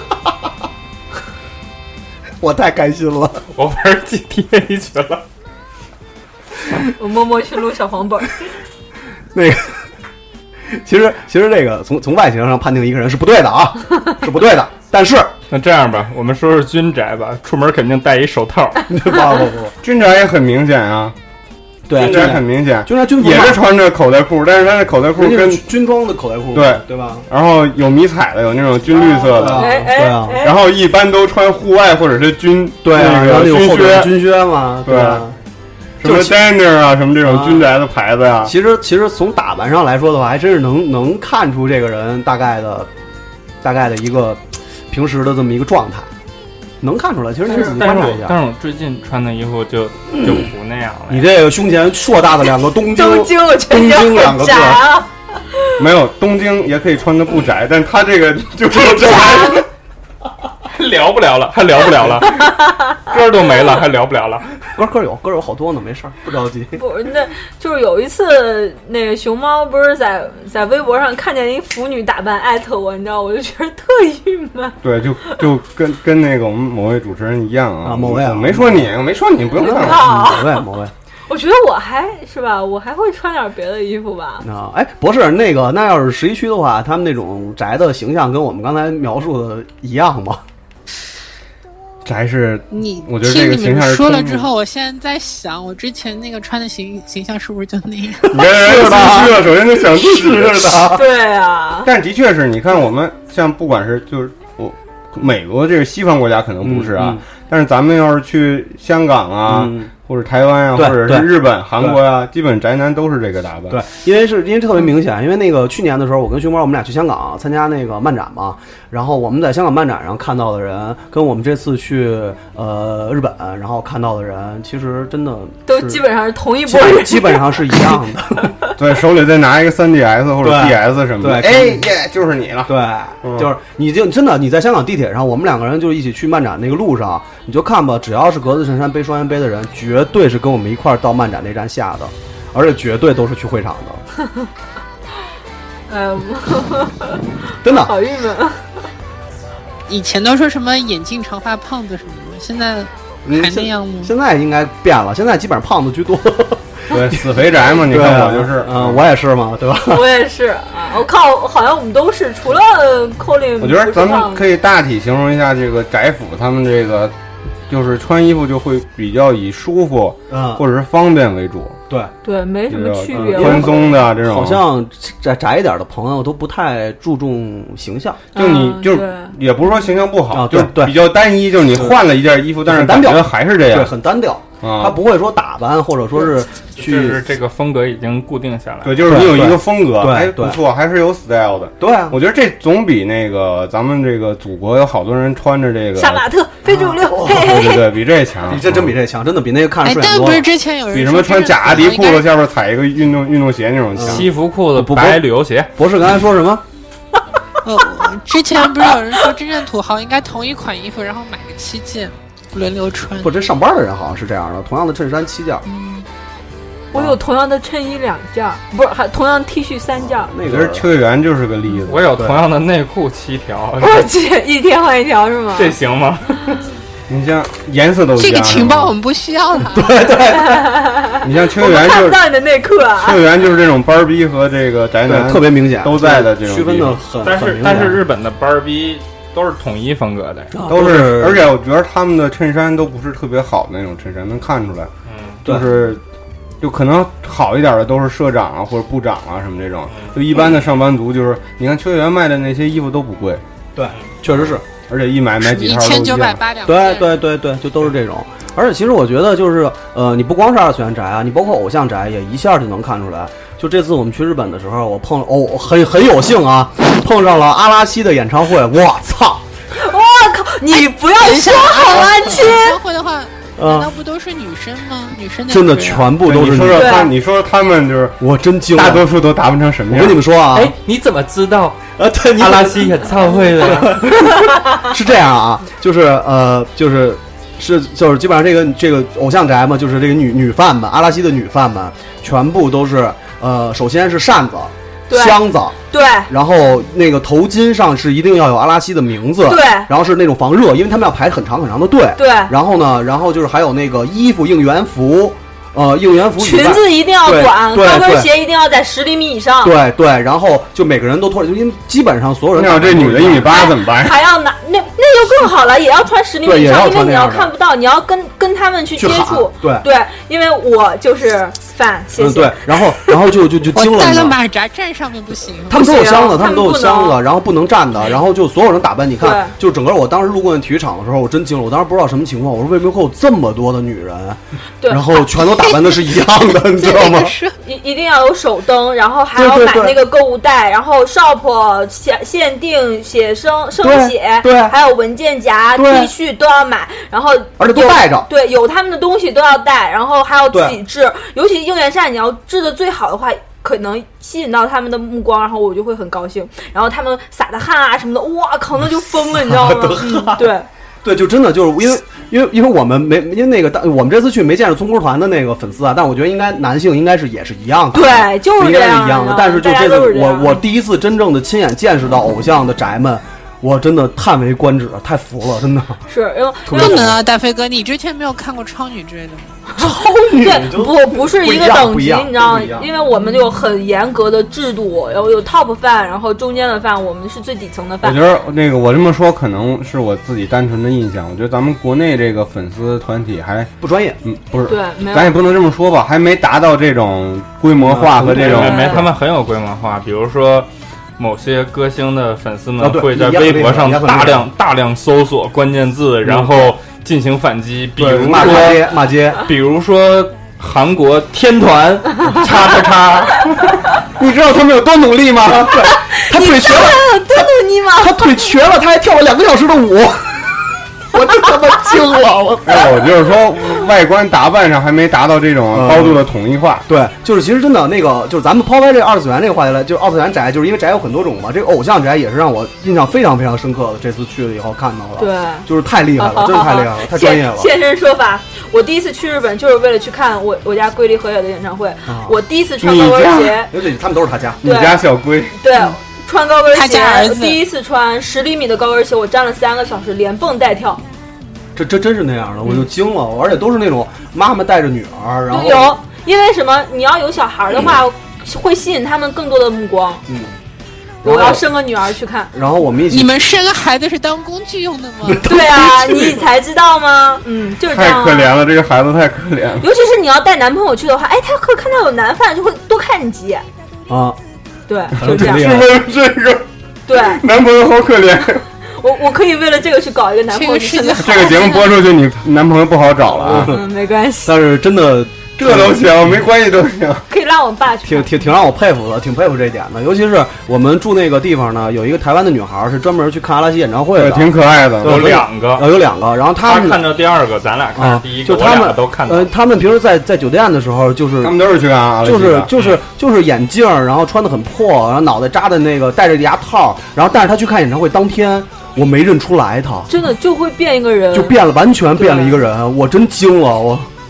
我太开心了， 我玩 GTA 去了。 我默默去录小黄本。 那个。其实这个从外形上判定一个人是不对的啊，是不对的。但是那这样吧，我们说说军宅吧，出门肯定戴一手套。 不， 军宅也很明显啊， 对， 军宅很明显， 军宅也是穿着口袋裤，但是他的口袋裤跟军装的口袋裤，对吧？ 然后有迷彩的，有那种军绿色的， 对啊。 然后一般都穿户外或者是对啊， 那个军靴嘛，对吧？ 什么 Danner 啊，什么这种军宅的牌子呀？ 其实从打扮上来说的话，还真是能看出这个人大概的一个平时的这么一个状态，能看出来。其实你仔细观察一下。 但是我最近穿的衣服就不那样了。 你这个胸前硕大的两个东京两个字， 没有东京也可以穿的不宅，但他这个就是宅。 聊不了了，还聊不了了，歌都没了，还聊不了了。 歌有好多呢，没事儿，不着急。 不，那就是有一次，那个熊猫不是在微博上看见一腐女打扮艾特我，你知道，我就觉得特郁闷。 对，就跟那个我们某位主持人一样啊， 某位啊， 我没说你，不用看我， 某位。 我觉得我还会穿点别的衣服吧。 哎，博士，那要是11区的话，他们那种宅的形象跟我们刚才描述的一样吗？ 宅是我觉得这个形象是说了之后，我现在在想，我之前那个穿的形象是不是就那样？ 是的，首先就想是的， 对啊。 但的确是，你看我们像不管是就是美国这个西方国家可能不是啊，但是咱们要是去香港啊。或者台湾啊，或者是日本、韩国啊，基本宅男都是这个打扮。 对，因为这特别明显，因为那个去年的时候，我跟熊猫我们俩去香港参加那个漫展嘛，然后我们在香港漫展上看到的人，跟我们这次去日本然后看到的人，其实真的都基本上是同一波人， 基本上是一样的。 对，手里再拿一个 3DS 或者 DS 什么的， 对， 哎耶，就是你了。 对，就是你真的你在香港地铁上，我们两个人就一起去漫展那个路上，你就看吧，只要是格子衬衫背双肩背的人，绝对是跟我们一块儿到漫展那站下的，而且绝对都是去会场的。真的好郁闷。 以前都说什么眼镜长发胖子什么的，现在还那样吗？ 现在应该变了，现在基本上胖子居多。 对，死肥宅嘛，你看我就是， 我也是嘛，对吧？ 我也是啊，我靠，好像我们都是，除了 Colin。 我觉得咱们可以大体形容一下这个宅府，他们这个就是穿衣服就会比较以舒服或者是方便为主。 对，没什么区别。 宽松的这种， 好像宅一点的朋友都不太注重形象。 就你就是也不是说形象不好，就比较单一，就是你换了一件衣服，但是感觉还是这样， 对，很单调。他不会说打扮，或者说是就是这个风格已经固定下来。 对，就是你有一个风格， 对， 还不错，还是有 style 的。 对啊， 我觉得这总比那个咱们这个祖国有好多人穿着这个杀马特非主流， 对，比这强， 这真比这强，真的比那个看着顺眼多。 但不是之前有人比什么穿假阿迪裤子下边踩一个运动鞋那种强， 西服裤子白旅游鞋。 博士刚才说什么？ 之前不是有人说真正土豪应该同一款衣服，然后买个7件。轮流穿， 不，这上班的人好像是这样的，同样的衬衫7件。 我有同样的衬衣2件，不是，还同样 T 恤3件。 那个秋叶原就是个例子。 我有同样的内裤7条。 我去，1天换1条是吗？ 这行吗？ 你像颜色都一样。 这个情报我们不需要了。 对。你像秋叶原看不到你的内裤啊。 秋叶原就是这种班儿逼和这个宅男特别明显都在的这种区分的很。 但是日本的班儿逼都是统一风格的， 都是，而且我觉得他们的衬衫都不是特别好的那种衬衫，能看出来。就可能好一点的都是社长啊或者部长啊什么这种，就一般的上班族就是你看秋叶原卖的那些衣服都不贵。 对，确实是。 而且一买几套都一样。 1980两。 对，就都是这种。而且其实我觉得就是你不光是2次元宅啊，你包括偶像宅也一下就能看出来。就这次我们去日本的时候，我很有幸啊，碰上了阿拉西的演唱会。我操！ 我靠！你不要说好啊，亲。 演唱会的话，难道不都是女生吗？女生真的全部都是女生。你说他们就是我真惊了， 大多数都打扮成什么样？ 我跟你们说啊， 你怎么知道？ 对， 阿拉西演唱会的是这样啊，就是基本上这个偶像宅嘛，就是这个女饭们，阿拉西的女饭们，全部都是首先是扇子、箱子， 对， 然后那个头巾上是一定要有阿拉西的名字， 对， 然后是那种防热，因为他们要排很长很长的队， 对， 然后就是还有那个衣服应援服。应援服裙子一定要短，高跟鞋一定要在10厘米以上。 对，然后就每个人都脱了，因为基本上所有人。 那这女的1.8米怎么办？ 还要拿那就更好了，也要穿10厘米以上，因为你要看不到，你要跟他们去接触。对，因为我就是饭，谢谢。 对，然后就惊了。 我带个马扎站上面不行。 他们都有箱子，然后不能站的，然后就所有人打扮。你看，就整个我当时路过体育场的时候，我真惊了，我当时不知道什么情况，我说为什么会有这么多的女人？ 对， 然后全都打扮的是一样的，你知道吗？ 一定要有手灯，然后还要买那个购物袋，然后少限定写生写， 对， 还有文件夹、T 恤都要买，然后而且都带着， 对，有他们的东西都要带，然后还要自己制，尤其应援扇，你要制的最好的话，可能吸引到他们的目光，然后我就会很高兴，然后他们洒的汗啊什么的，哇靠，那就疯了，你知道吗？对。 对，就真的就是因为我们没因为那个我们这次去没见着葱锅团的那个粉丝啊，但我觉得应该男性应该是也是一样的， 对，就是这样， 应该是一样的。但是就这次我第一次真正的亲眼见识到偶像的宅们，我真的叹为观止，太服了，真的是。 不能啊，大飞哥，你之前没有看过超女之类的吗？ 超女对，不是一个等级，你知道吗？因为我们有很严格的制度，有 top 饭，然后中间的饭，我们是最底层的饭。 我觉得那个我这么说可能是我自己单纯的印象，我觉得咱们国内这个粉丝团体还不专业， 不是， 对， 咱也不能这么说吧，还没达到这种规模化和这种， 他们很有规模化，比如说。某些歌星的粉丝们会在微博上大量搜索关键字，然后进行反击，比如说骂街， 比如说韩国天团叉， 你知道他们有多努力吗？他腿瘸了， 多努力吗？ 他腿瘸了，他还跳了2个小时的舞。我真他妈惊了！ 我就是说，外观打扮上还没达到这种高度的统一化。 对，就是其实真的那个，就是咱们抛开这2次元这个话题来，就是2次元宅，就是因为宅有很多种嘛。这个偶像宅也是让我印象非常非常深刻的。这次去了以后看到了， 对， 就是太厉害了，真的太厉害了，太专业了。 现身说法，我第一次去日本就是为了去看我家龟梨和也的演唱会。我第一次穿高跟鞋， 对，他们都是他家， 你家小龟， 对。穿高跟鞋，第一次穿10厘米的高跟鞋，我站了3个小时，连蹦带跳。 这真是那样的，我就惊了，而且都是那种妈妈带着女儿，然后有，因为什么？你要有小孩的话，会吸引他们更多的目光。我要生个女儿去看。 然后我们一起， 你们生个孩子是当工具用的吗？ 对啊，你才知道吗？就是这样。 太可怜了，这个孩子太可怜了。 尤其是你要带男朋友去的话，他会看到有男饭就会多看你几眼。 啊， 对，就这样。 是为了这个？ 对， 男朋友好可怜。 我可以为了这个去搞一个男朋友。 这个节目播出去，你男朋友不好找了啊。 没关系。 但是真的。 这都行，没关系都行， 可以让我们爸去。 挺让我佩服的，挺佩服这一点的。尤其是我们住那个地方呢，有一个台湾的女孩是专门去看阿拉西演唱会的， 挺可爱的。 有2个， 有2个。然后他看着第2个，咱俩看第1个， 就他们都看到。 他们平时在酒店的时候，就是他们都是去看阿拉西， 就是眼镜，然后穿的很破，然后脑袋扎的那个戴着牙套，然后但是他去看演唱会当天，我没认出来他， 真的就会变一个人， 就变了，完全变了一个人，我真惊了我。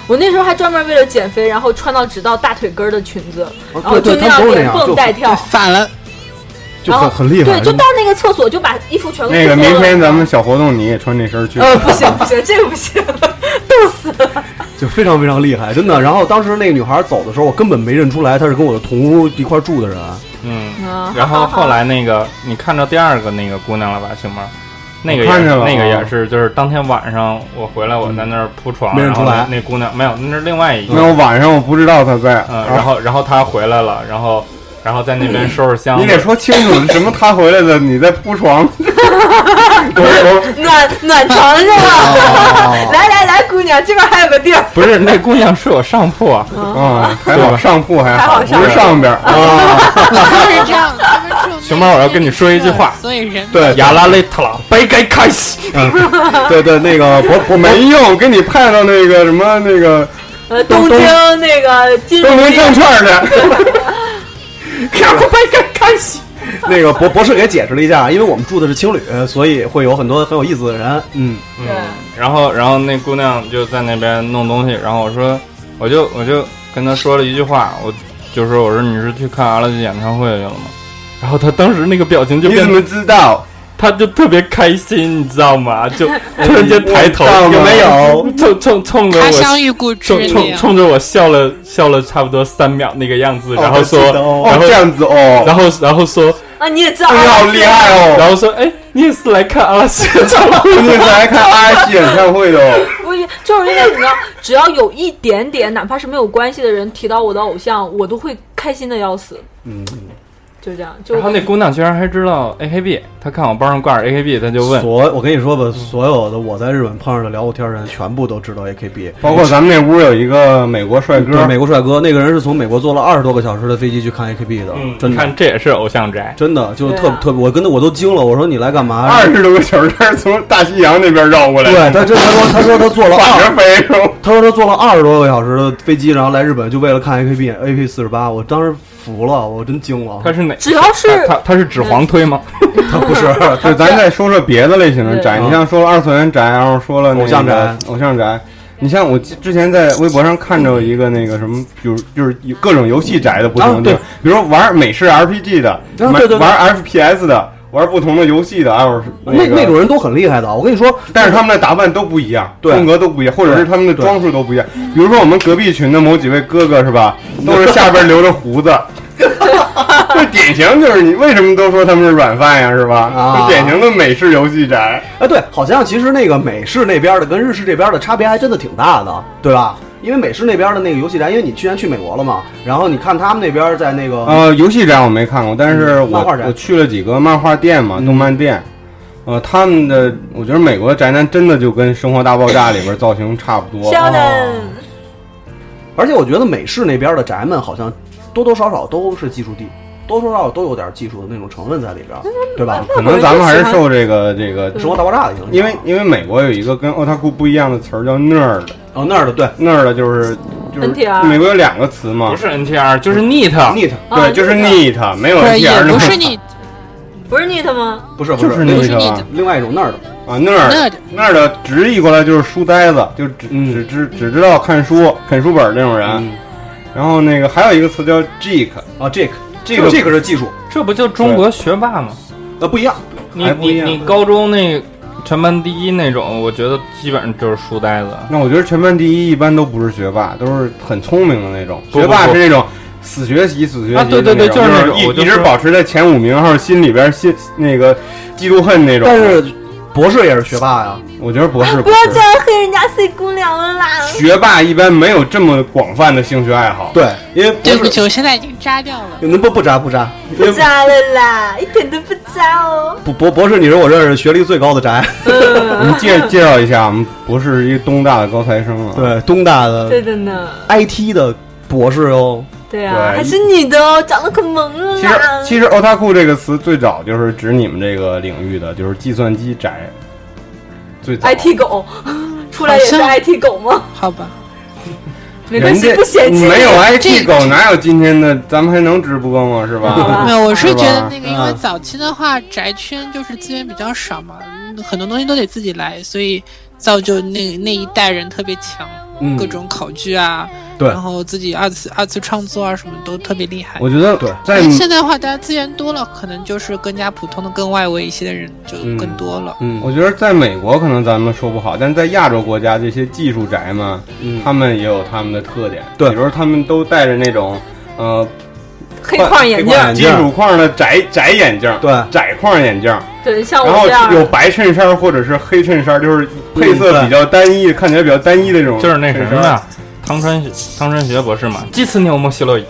我那时候还专门为了减肥，然后穿到直到大腿根的裙子，然后就那样连蹦带跳， 反了。 就很厉害， 对，就到那个厕所就把衣服全那个明天咱们小活动你也穿这身去。 不行，这个不行，冻死了。 就非常非常厉害，真的。然后当时那个女孩走的时候，我根本没认出来她是跟我的同屋一块住的人。 然后后来那个你看到第二个那个姑娘了吧，星猫？那个也是，就是当天晚上我回来，我在那儿铺床， 没认出来。 那姑娘没有，那是另外一个。 那我晚上我不知道她在。 然后她回来了，然后在那边收拾箱子。 你得说清楚什么？他回来的，你在铺床， 暖床是吧？来，姑娘，这边还有个地儿。 不是，那姑娘是我上铺啊。 还好上铺还好，不是上边是这样的。 熊猫，我要跟你说一句话。 所以人对亚拉雷特拉白该开始。 对，那个我没用，给你派到那个什么那个东京那个金融证券去。 开始。 那个博士给解释了一下，因为我们住的是青旅，所以会有很多很有意思的人。 然后那姑娘就在那边弄东西，然后我就跟她说了一句话，我说你是去看阿拉斯演唱会去了吗？然后她当时那个表情就你怎么知道？ 他就特别开心，你知道吗？就突然间抬头， 有没有冲着我， 他乡遇故知， 冲着我笑了差不多3秒那个样子，然后说， 然后这样子哦， 然后说啊，你也知道， 你好厉害哦， 然后说，哎，你也是来看阿拉斯演唱会， 你也是来看阿拉斯演唱会的哦。 就是因为你知道，只要有一点点，哪怕是没有关系的人提到我的偶像，我都会开心的要死。就这样，然后那姑娘居然还知道 AKB， 她看我包上挂着 AKB， 她就问我跟你说吧，所有的我在日本碰上的聊过天人，全部都知道 AKB， 包括咱们那屋有一个美国帅哥， 美国帅哥，那个人是从美国坐了20多个小时的飞机去看 AKB 的，真的， 看这也是偶像宅， 真的就特别，我都惊了，我说你来干嘛 ？20多个小时从大西洋那边绕过来， 对，他说他坐了反着飞， 他说他坐了20多个小时的飞机，然后来日本就为了看 AKB48，我当时服了，我真惊了。 他是哪？ 只要是他是指黄推吗？ 他不是， 就咱再说说别的类型的宅。你像说了二次元宅，然后说了偶像宅。 你像我之前在微博上看着一个那个什么，就是有各种游戏宅的不同的，比如说玩美式 RPG 的，玩 FPS 的。玩不同的游戏的，还有那种人都很厉害的。我跟你说， 但是他们的打扮都不一样，风格都不一样，或者是他们的装束都不一样。比如说我们隔壁群的某几位哥哥是吧，都是下边留着胡子，这典型就是你为什么都说他们是软饭呀，是吧？典型的美式游戏宅。 对，好像其实那个美式那边的跟日式这边的差别还真的挺大的，对吧？因为美式那边的那个游戏宅，因为你去年去美国了嘛，然后你看他们那边在那个游戏宅我没看过，但是我去了几个漫画店嘛，动漫店，他们的我觉得美国的宅男真的就跟《生活大爆炸》里边造型差不多。 而且我觉得美式那边的宅们好像多多少少都是技术帝。多多少少都有点技术的那种成分在里边，对吧？ 可能咱们还是受这个 《生活大爆炸》的影响，因为美国有一个跟 otaku 不一样的词儿叫 nerd。 nerd 对 nerd 就是美国有2个词嘛， 不是 NTR 就是 neat， 对，就是 neat， 没有 NTR 不是 neat， 不是 neat 吗？ 不是， 就是 neat， 另外一种 nerd 啊 nerd 直译过来就是书呆子，就只知道看书啃书本这种人。然后那个还有一个词叫 geek 啊 geek。这个是技术， 这不就中国学霸吗？ 不一样， 你高中那全班第一那种，我觉得基本上就是书呆子。 那我觉得全班第一一般都不是学霸，都是很聪明的那种。学霸是那种死学习啊， 对，就是那种一直保持在前5名，然后心里边那个嫉妒恨那种。 但是博士也是学霸呀， 我觉得博士不要这样黑人家C姑娘了啦。 学霸一般没有这么广泛的兴趣爱好， 对，因为对不起，我现在已经扎掉了。 不扎不扎了啦，一点都不扎哦。 博士，你是我认识学历最高的宅。 我们介绍一下，我们博士是一个东大的高材生啊， 对，东大的， 对的呢 ，IT 的博士哦。 对啊，还是女的哦，长得可萌了啦。 其实 otaku 这个词最早就是指你们这个领域的，就是计算机宅。最早 IT 狗出来也是 IT 狗吗？ 好吧， 没关系，不嫌弃。 没有 IT 狗哪有今天的？咱们还能直播吗？是吧？ 没有，我是觉得那个，因为早期的话，宅圈就是资源比较少嘛，很多东西都得自己来，所以造就那一代人特别强。 各种考据啊， 对， 然后自己二次创作啊，什么都特别厉害。 我觉得对， 在现在的话，大家资源多了，可能就是更加普通的、更外围一些的人就更多了。 我觉得在美国可能咱们说不好，但是在亚洲国家，这些技术宅嘛，他们也有他们的特点。 对， 比如说他们都戴着那种黑框眼镜， 金属框的窄眼镜， 对， 窄框眼镜， 对，像我然后这样有白衬衫或者是黑衬衫，就是配色比较单一，看起来比较单一的这种， 就是那什么呀，汤川学博士嘛，基茨纽莫西洛伊，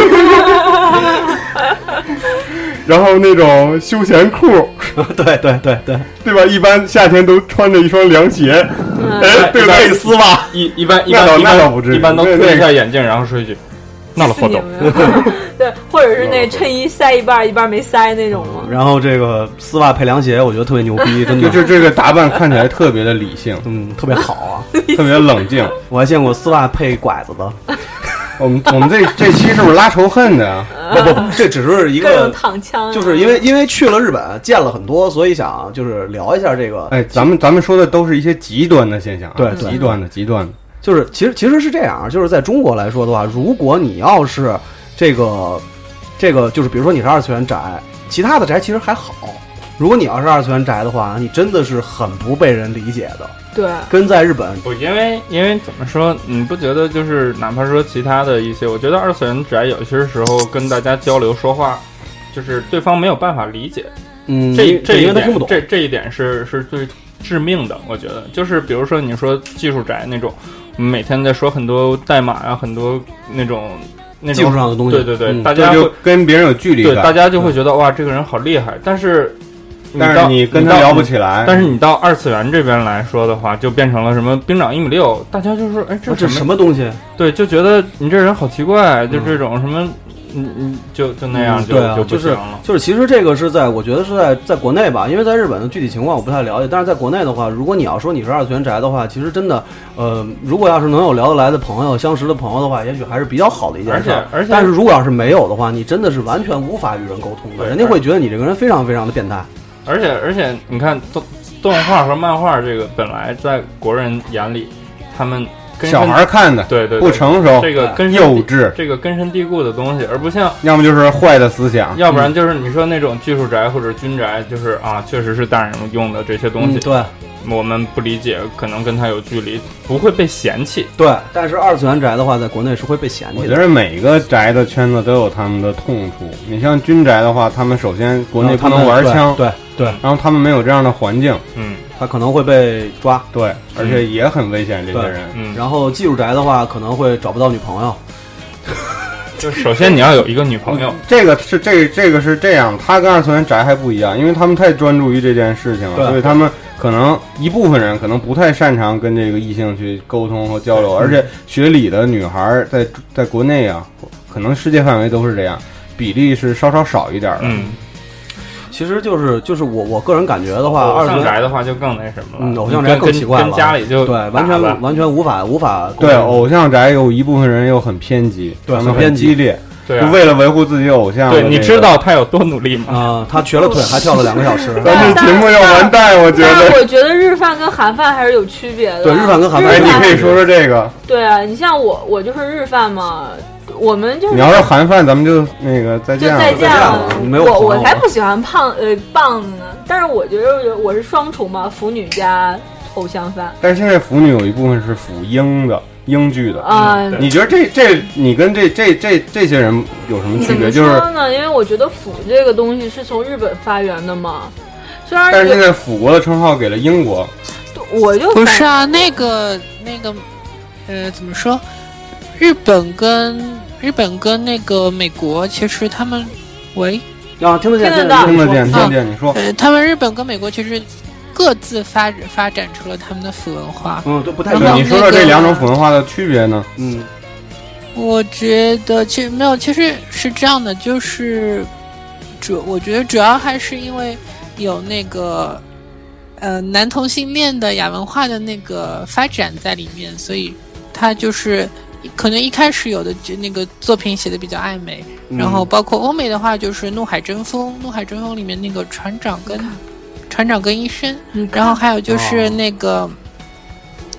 然后那种休闲裤， 对吧？一般夏天都穿着一双凉鞋，对吧？丝袜， 一般不至于， 一般都推一下眼镜，然后说一句。闹了活动， 对，或者是那衬衣塞一半没塞那种嘛。 然后这个丝袜配凉鞋，我觉得特别牛逼，真的。 就这个打扮看起来特别的理性， 特别好啊， 特别冷静。 我还见过丝袜配拐子的。 我们这期是不是拉仇恨的呀？ 不，这只是一个躺枪， 就是因为去了日本见了很多，所以想就是聊一下这个。 哎，咱们说的都是一些极端的现象， 对， 极端的。 就是其实是这样，就是在中国来说的话，如果你要是这个就是比如说你是二次元宅，其他的宅其实还好。如果你要是二次元宅的话，你真的是很不被人理解的。 对， 跟在日本不，因为怎么说，你不觉得就是哪怕说其他的一些，我觉得二次元宅有些时候跟大家交流说话，就是对方没有办法理解。这因为他听不懂。 这一点是最致命的，我觉得就是比如说你说技术宅那种，每天在说很多代码啊，很多那种技术上的东西， 对，大家就跟别人有距离感， 对，大家就会觉得哇，这个人好厉害，但是你跟他聊不起来。 但是你到二次元这边来说的话，就变成了什么兵长1.6米，大家就说哎，这什么东西？ 对，就觉得你这人好奇怪，就这种什么。就那样就不行了。 就是其实这个是我觉得是在国内吧，因为在日本的具体情况我不太了解，但是在国内的话，如果你要说你是二次元宅的话，其实真的如果要是能有聊得来的朋友、相识的朋友的话，也许还是比较好的一件事。 而且但是如果要是没有的话，你真的是完全无法与人沟通的，人家会觉得你这个人非常非常的变态。 而且你看动画和漫画这个本来在国人眼里，他们小孩看的， 对， 不成熟， 这个幼稚， 这个根深蒂固的东西，而不像要么就是坏的思想， 要不然就是你说那种技术宅或者军宅，就是确实是大人用的这些东西， 对， 我们不理解，可能跟他有距离，不会被嫌弃。 对，但是二次元宅的话，在国内是会被嫌弃的。 我觉得每个宅的圈子都有他们的痛处。你像军宅的话，他们首先国内不能玩枪， 对， 然后他们没有这样的环境， 他可能会被抓， 对，而且也很危险。这些人， 然后技术宅的话，可能会找不到女朋友。 就首先你要有一个女朋友， 这个是这样，他跟二次元宅还不一样，因为他们太专注于这件事情了，所以他们可能一部分人可能不太擅长跟这个异性去沟通和交流，而且学理的女孩在国内啊，可能世界范围都是这样，比例是稍稍少一点的。 其实就是我个人感觉的话， 偶像宅的话就更那什么了， 偶像宅更奇怪了， 跟家里就对完全无法对偶像宅有一部分人又很偏激， 对， 很偏激烈， 对， 就为了维护自己偶像。 对，你知道他有多努力吗？ 他瘸了腿还跳了2个小时， 咱这节目要完蛋，我觉得。 我觉得日饭跟韩饭还是有区别的。 对，日饭跟韩饭， 你可以说说这个。 对啊，你像我就是日饭嘛。我们就是你要是韩饭，咱们就那个再见了。我才不喜欢棒呢，但是我觉得我是双厨嘛，腐女加偶像饭。 但是现在腐女有一部分是腐英剧的你觉得这你跟这些人有什么区别？就是呢，因为我觉得腐这个东西是从日本发源的嘛，虽然但是现在腐国的称号给了英国， 我就不是啊，那个怎么说？日本跟那个美国，其实他们听得见， 你说他们日本跟美国其实各自发展出了他们的腐文化， 都不太一样。 你说说这两种腐文化的区别呢？ 我觉得其实没有，其实是这样的，就是我觉得主要还是因为有那个男同性恋的亚文化的那个发展在里面，所以它就是可能一开始有的那个作品写的比较暧昧，然后包括欧美的话就是《怒海争锋》里面那个船长跟医生，然后还有就是那个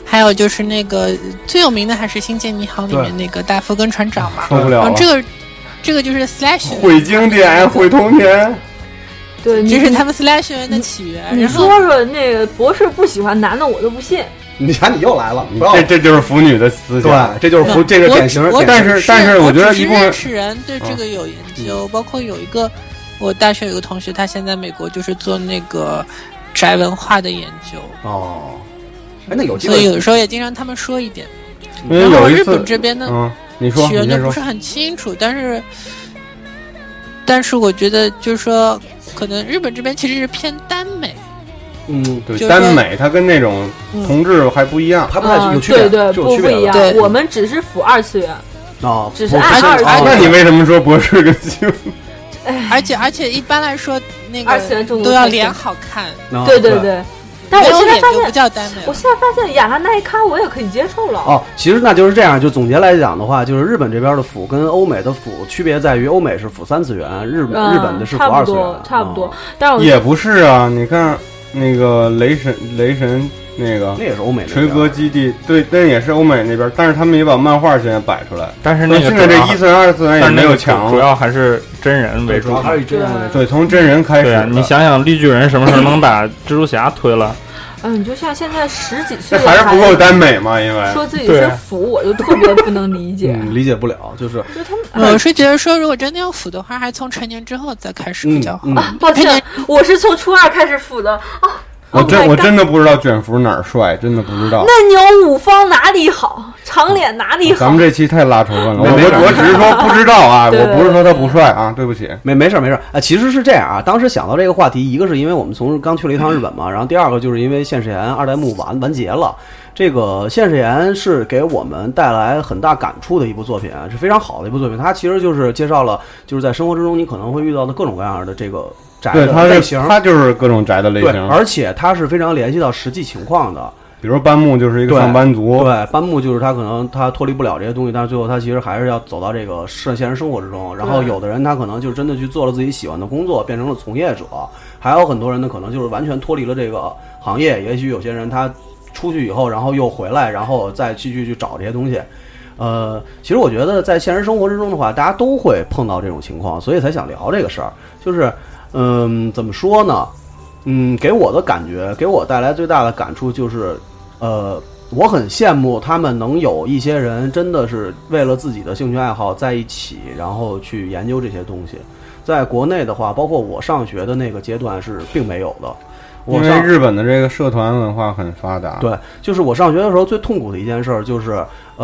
还有就是那个最有名的还是《星舰迷航》里面那个大副跟船长嘛， 受不了了。 这个就是 Slash 毁经典，毁童年。 对， 这是他们 Slash 人的起源。 你说说那个博士不喜欢男的，我都不信。 你看你又来了， 这就是腐女的思想， 对，这就是这个典型。 但是我觉得一部分认识人对这个有研究，包括有一个我大学有个同学，他现在美国就是做那个宅文化的研究。 哦，哎，那有机会， 所以有的时候也经常他们说一点。 因为有一次日本这边的起源就不是很清楚，但是我觉得就是说，可能日本这边其实是偏耽美。 对，耽美它跟那种同志还不一样， 它不太有区别， 对，不一样。我们只是腐二次元，只是按二次元。 那你为什么说博士跟星？ 而且一般来说，那个二次元都要脸好看。 对。但我现在发现不叫耽美， 我现在发现雅拉那一咖我也可以接受了。 哦，其实那就是这样，就总结来讲的话，就是日本这边的腐跟欧美的腐区别在于，欧美是腐3次元，日本的是腐2次元， 差不多。但是也不是啊，你看那个雷神那也是欧美锤哥基地，对，那也是欧美那边，但是他们也把漫画现在摆出来， 但是那个现在这1次元2次元也没有强， 主要还是真人为主， 还是以真人为主。 对，从真人开始。 对啊，你想想绿巨人什么时候能把蜘蛛侠推了？ 你就像现在10几岁的还是不够耽美嘛？因为说自己是腐，我就特别不能理解， 理解不了。就是他们，我是觉得说，如果真的要腐的话，还从成年之后再开始比较好。 抱歉，我是从初2开始腐的啊。 我真的不知道卷福哪儿帅，真的不知道。 嫩牛五方哪里好，长脸哪里好？ 咱们这期太拉仇恨了。我只是说不知道啊，我不是说他不帅啊，对不起。 没事其实是这样啊。当时想到这个话题，一个是因为我们刚去了一趟日本嘛，然后第二个就是因为现世言2代目完结了。这个现世言是给我们带来很大感触的一部作品，是非常好的一部作品。它其实就是介绍了，就是在生活之中你可能会遇到的各种各样的这个宅的类型， 它就是各种宅的类型， 对，而且它是非常联系到实际情况的。 比如班木就是一个上班族， 对，班木就是他可能他脱离不了这些东西，但是最后他其实还是要走到这个现实生活之中。然后有的人他可能就真的去做了自己喜欢的工作，变成了从业者，还有很多人呢可能就是完全脱离了这个行业。也许有些人他出去以后，然后又回来，然后再去找这些东西。其实我觉得在现实生活之中的话，大家都会碰到这种情况，所以才想聊这个事儿。就是怎么说呢？给我的感觉，给我带来最大的感触就是，我很羡慕他们能有一些人真的是为了自己的兴趣爱好在一起，然后去研究这些东西。在国内的话，包括我上学的那个阶段是并没有的。 因为日本的这个社团文化很发达。 对，就是我上学的时候最痛苦的一件事就是，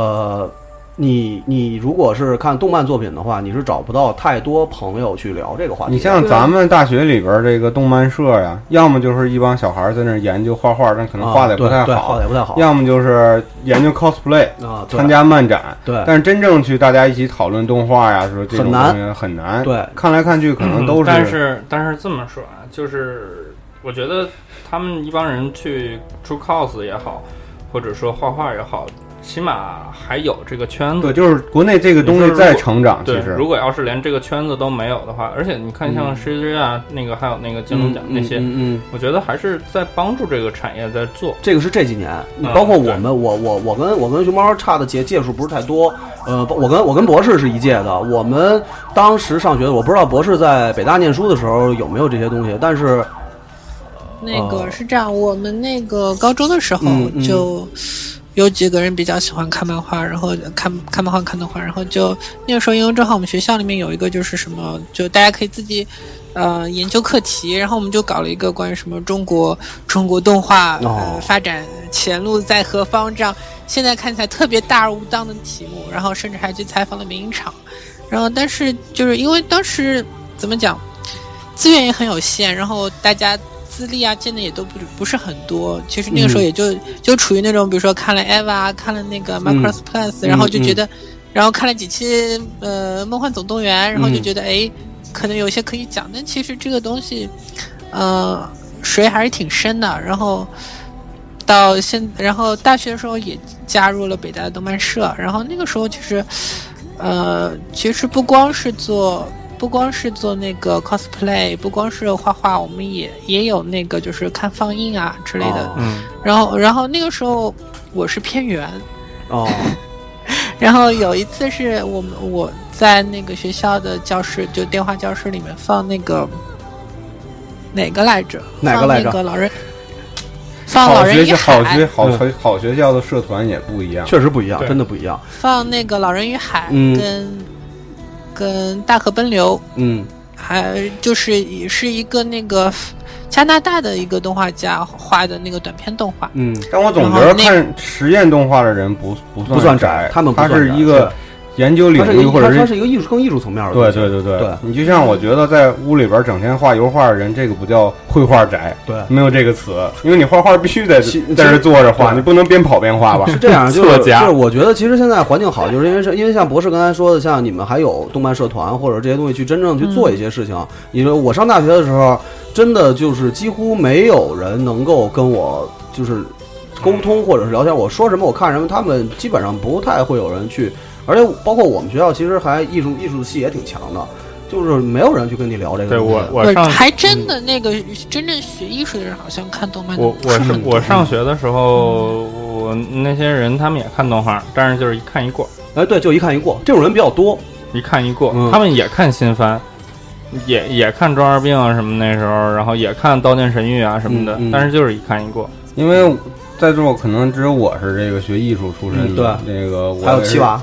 你如果是看动漫作品的话，你是找不到太多朋友去聊这个话题。 你像咱们大学里边这个动漫社呀，要么就是一帮小孩在那研究画画，但可能画的也不太好， 画的也不太好； 要么就是研究 cosplay 啊， 参加漫展。 对， 但是真正去大家一起讨论动画呀，说这种东西很难。 对， 看来看去可能都是。但是这么说啊，就是我觉得他们一帮人去出 cos 也好，或者说画画也好，起码还有这个圈子。 对，就是国内这个东西在成长。 对， 其实如果要是连这个圈子都没有的话，而且你看像世界啊，那个还有那个金龙奖那些，我觉得还是在帮助这个产业在做。 这个是这几年，包括我们，我跟熊猫差的届数不是太多。我跟博士是一届的。我们当时上学，我不知道博士在北大念书的时候有没有这些东西，但是。 那个是这样，我们那个高中的时候就有几个人比较喜欢看漫画，然后看漫画看动画，然后就那个时候因为正好我们学校里面有一个就是什么，就大家可以自己研究课题，然后我们就搞了一个关于什么中国动画发展前路在何方这样现在看起来特别大而无当的题目，然后甚至还去采访了名影厂，然后但是就是因为当时怎么讲，资源也很有限，然后大家资历啊见的也都不是很多，其实那个时候也就处于那种比如说看了 EVA 看了那个 Macross Plus，然后就觉得然后看了几期梦幻总动员，然后就觉得可能有些可以讲，但其实这个东西水还是挺深的，然后然后大学的时候也加入了北大的动漫社，然后那个时候其实不光是做那个 cosplay， 不光是画画，我们也有那个就是看放映啊之类的。然后那个时候我是偏圆哦。 然后有一次是我在那个学校的教室，就电话教室里面放那个哪个来着？放那个老人。放老人与海。 好学校的社团也不一样， 确实不一样，真的不一样。 放那个老人与海，跟大河奔流，还就是也是一个那个加拿大的一个动画家画的那个短片动画。 但我总觉得看实验动画的人不算宅， 他是一个研究领域，或者它是一个更艺术层面的东西。对，你就像我觉得在屋里边整天画油画的人，这个不叫绘画宅， 对， 没有这个词，因为你画画必须在这坐着画，你不能边跑边画吧？ 是这样，就是我觉得其实现在环境好，就是因为像博士刚才说的，像你们还有动漫社团或者这些东西去真正去做一些事情。你说我上大学的时候，真的就是几乎没有人能够跟我就是沟通或者是聊天，我说什么我看什么，他们基本上不太会有人去。而且包括我们学校，其实还艺术系也挺强的，就是没有人去跟你聊这个。 对我还真的那个真正学艺术的人，好像看动漫。 我上学的时候，我那些人他们也看动画，但是就是一看一过。 哎，对，就一看一过，这种人比较多， 一看一过。他们也看新番，也看中二病啊什么那时候，然后也看刀剑神域啊什么的，但是就是一看一过， 因为在座可能只有我是这个学艺术出身的，对，那个我还有七娃。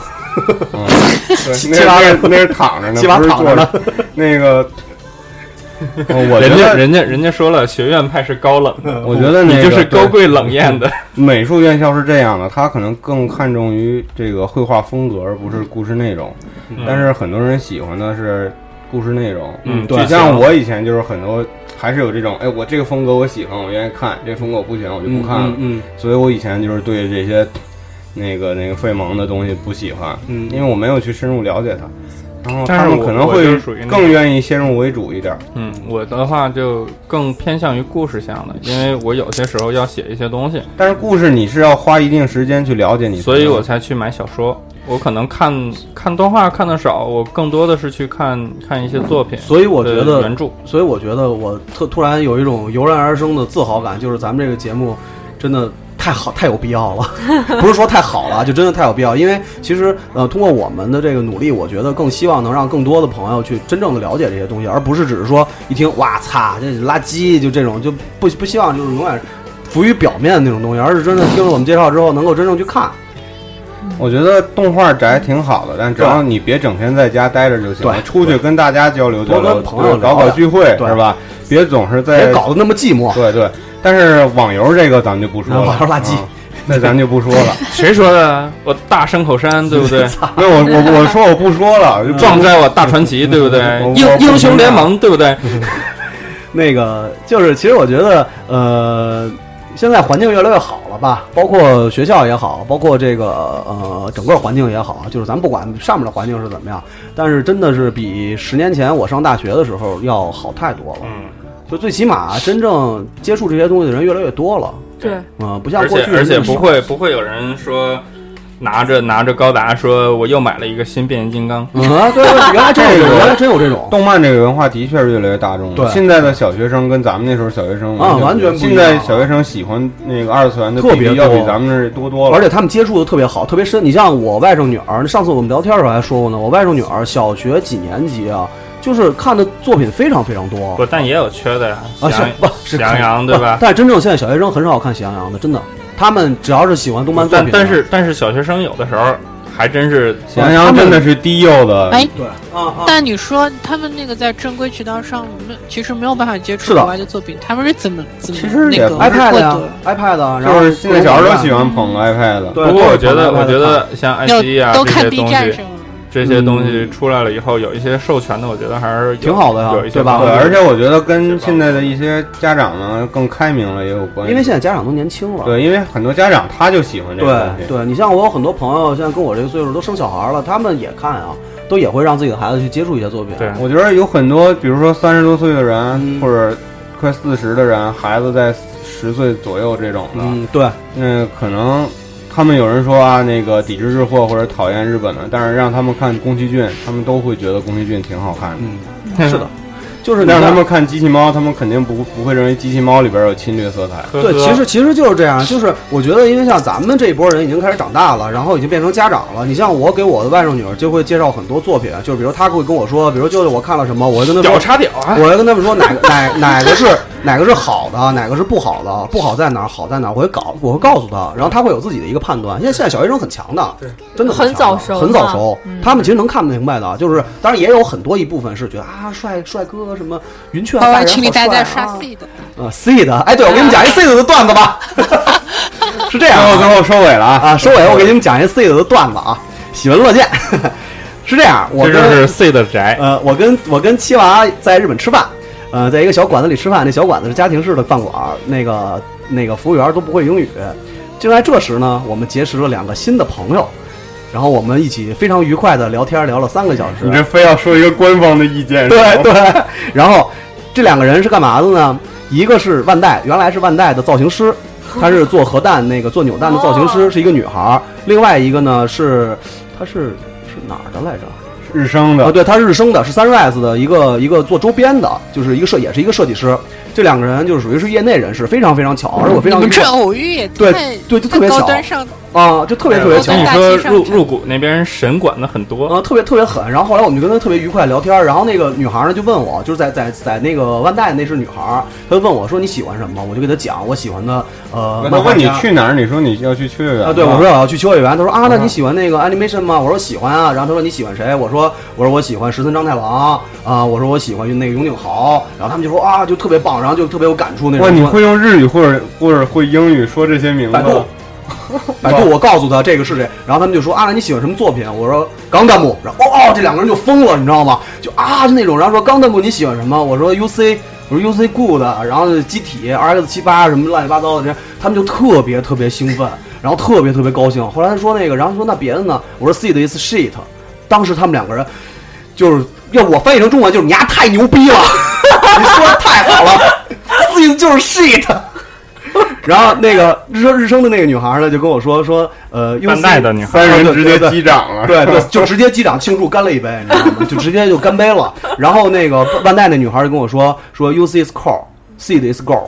对，那是躺着呢， 不是坐着。 那个，我觉得人家说了，学院派是高冷的， 我觉得你就是高贵冷艳的。 美术院校是这样的，他可能更看重于这个绘画风格，而不是故事内容。但是很多人喜欢的是故事内容。 对， 就像我以前就是很多还是有这种，哎，我这个风格我喜欢，我愿意看；这风格我不喜欢，我就不看了。所以我以前就是对这些。那个费蒙的东西不喜欢，因为我没有去深入了解它，然后他们可能会更愿意先入为主一点。 我的话就更偏向于故事向的，因为我有些时候要写一些东西， 但是故事你是要花一定时间去了解你， 所以我才去买小说。我可能看动画看的少，我更多的是去看一些作品。 所以我觉得原著， 所以我觉得我突然有一种油然而生的自豪感，就是咱们这个节目真的。太有必要了，不是说太好了，就真的太有必要。因为其实通过我们的这个努力，我觉得更希望能让更多的朋友去真正的了解这些东西，而不是只是说一听哇擦这垃圾就这种，就不希望就是永远浮于表面的那种东西，而是真的听了我们介绍之后能够真正去看。 我觉得动画宅挺好的，但只要你别整天在家待着就行了，出去跟大家交流交流， 跟朋友搞聚会是吧？别总是在别搞得那么寂寞。 对。但是网游这个咱们就不说了， 网游垃圾， 那咱就不说了。 谁说的？我大牲口山，对不对？ 没有，我说我不说了， 撞在我大传奇，对不对？英雄联盟，对不对？ 那个就是，其实我觉得，现在环境越来越好了吧？包括学校也好，包括这个整个环境也好，就是咱不管上面的环境是怎么样，但是真的是比10年前我上大学的时候要好太多了。就最起码真正接触这些东西的人越来越多了。 对， 不像过去， 而且不会有人说拿着高达说我又买了一个新变形金刚。 对，原来真有这种动漫这个文化的确是越来越大众了。对，现在的小学生跟咱们那时候小学生完全不一样。 现在小学生喜欢那个二次元的特别要比咱们这多了， 而且他们接触的特别好，特别深。你像我外甥女儿，上次我们聊天的时候还说过呢，我外甥女儿小学几年级啊？就是看的作品非常非常多， 不，但也有缺的呀。 喜羊羊对吧？ 但是真正现在小学生很少看喜羊羊的，真的。他们只要是喜欢动漫作品， 但是小学生有的时候还真是喜羊羊真的是低幼的。 哎，对但你说他们那个在正规渠道上，其实没有办法接触国外的作品，他们是怎么其实那个 iPad 呀 ，iPad， 然后就是现在小孩都喜欢捧 iPad。 对， 不过我觉得像爱奇艺啊都看 B 站上。这些东西出来了以后，有一些授权的，我觉得还是挺好的呀， 有一些对吧？ 对，而且我觉得跟现在的一些家长呢更开明了也有关系， 因为现在家长都年轻了。 对，因为很多家长他就喜欢这个东西。 对，你像我有很多朋友，现在跟我这个岁数都生小孩了，他们也看啊，都也会让自己的孩子去接触一些作品。 对， 我觉得有很多，比如说30多岁的人，或者快40的人，孩子在10岁左右这种的， 对， 可能。他们有人说啊，那个抵制日货或者讨厌日本的，但是让他们看宫崎骏，他们都会觉得宫崎骏挺好看的。 是的， 就是让他们看机器猫，他们肯定不会认为机器猫里边有侵略色彩。 对，其实就是这样，就是我觉得，因为像咱们这一波人已经开始长大了，然后已经变成家长了。你像我给我的外甥女儿就会介绍很多作品，就是比如她会跟我说，比如就是我看了什么，我会跟她说屌插屌啊， 我会跟他们说哪个是好的，哪个是不好的，不好在哪儿，好在哪儿，我会告诉她，然后她会有自己的一个判断。现在小学生很强的，真的很早熟， 很早熟，他们其实能看明白的。就是当然也有很多一部分是觉得啊帅哥什么云雀大人好帅啊， 请你大家刷 C 的 ，C 的，哎，对，我给你们讲一 C 的段子吧，是这样， 最后收尾了啊， 收尾，我给你们讲一 C 的段子啊，喜闻乐见。是这样， 这就是 C 的宅。 我跟七娃在日本吃饭，在一个小馆子里吃饭，那小馆子是家庭式的饭馆，那个服务员都不会英语。就在这时呢，我们结识了2个新的朋友，然后我们一起非常愉快的聊天，聊了3个小时。 你这非要说一个官方的意见？ 对。然后这2个人是干嘛的呢？一个是万代，原来是万代的造型师，她是做核弹做扭蛋的造型师，是一个女孩。另外一个呢她是哪儿的来着？ 日升的对，他是日升的，是 Sunrise 的一个做周边的，就是也是一个设计师。这2个人就是属于是业内人士，非常非常巧，而且我非常这偶遇也对，就特别巧啊，就特别巧。 你说入谷那边神管的很多特别狠。然后后来我们就跟他特别愉快聊天，然后那个女孩呢就问我，就是在那个万代那是女孩，她就问我说你喜欢什么？我就给她讲我喜欢的她问你去哪儿？你说你要去秋叶原啊？对，我说我要去秋叶原。她说啊，那你喜欢那个 animation 吗？我说喜欢啊。然后她说你喜欢谁？我说我喜欢石森章太郎啊。我说我喜欢那个永井豪。然后他们就说啊，就特别棒，然后就特别有感触那种。 哇，你会用日语或者会英语说这些名字？ 百度，我告诉他这个是谁，然后他们就说啊，那你喜欢什么作品？我说钢弹幕，然后这2个人就疯了，你知道吗？就那种，然后说钢弹幕你喜欢什么？我说 UC Good， 然后机体 RX78什么乱七八糟的，他们就特别兴奋，然后特别高兴。后来他说然后说那别的呢？我说 Seed is shit。当时他们2个人就是要我翻译成中文就是你丫太牛逼了，你说的太好了，Seed 就是 shit。然后那个日升的那个女孩呢，就跟我说万代的女孩 ，3人直接击掌了， 对，就直接击掌庆祝，干了一杯，你知道吗？就直接就干杯了。然后那个万代那女孩就跟我说 UC is core，Seed is go。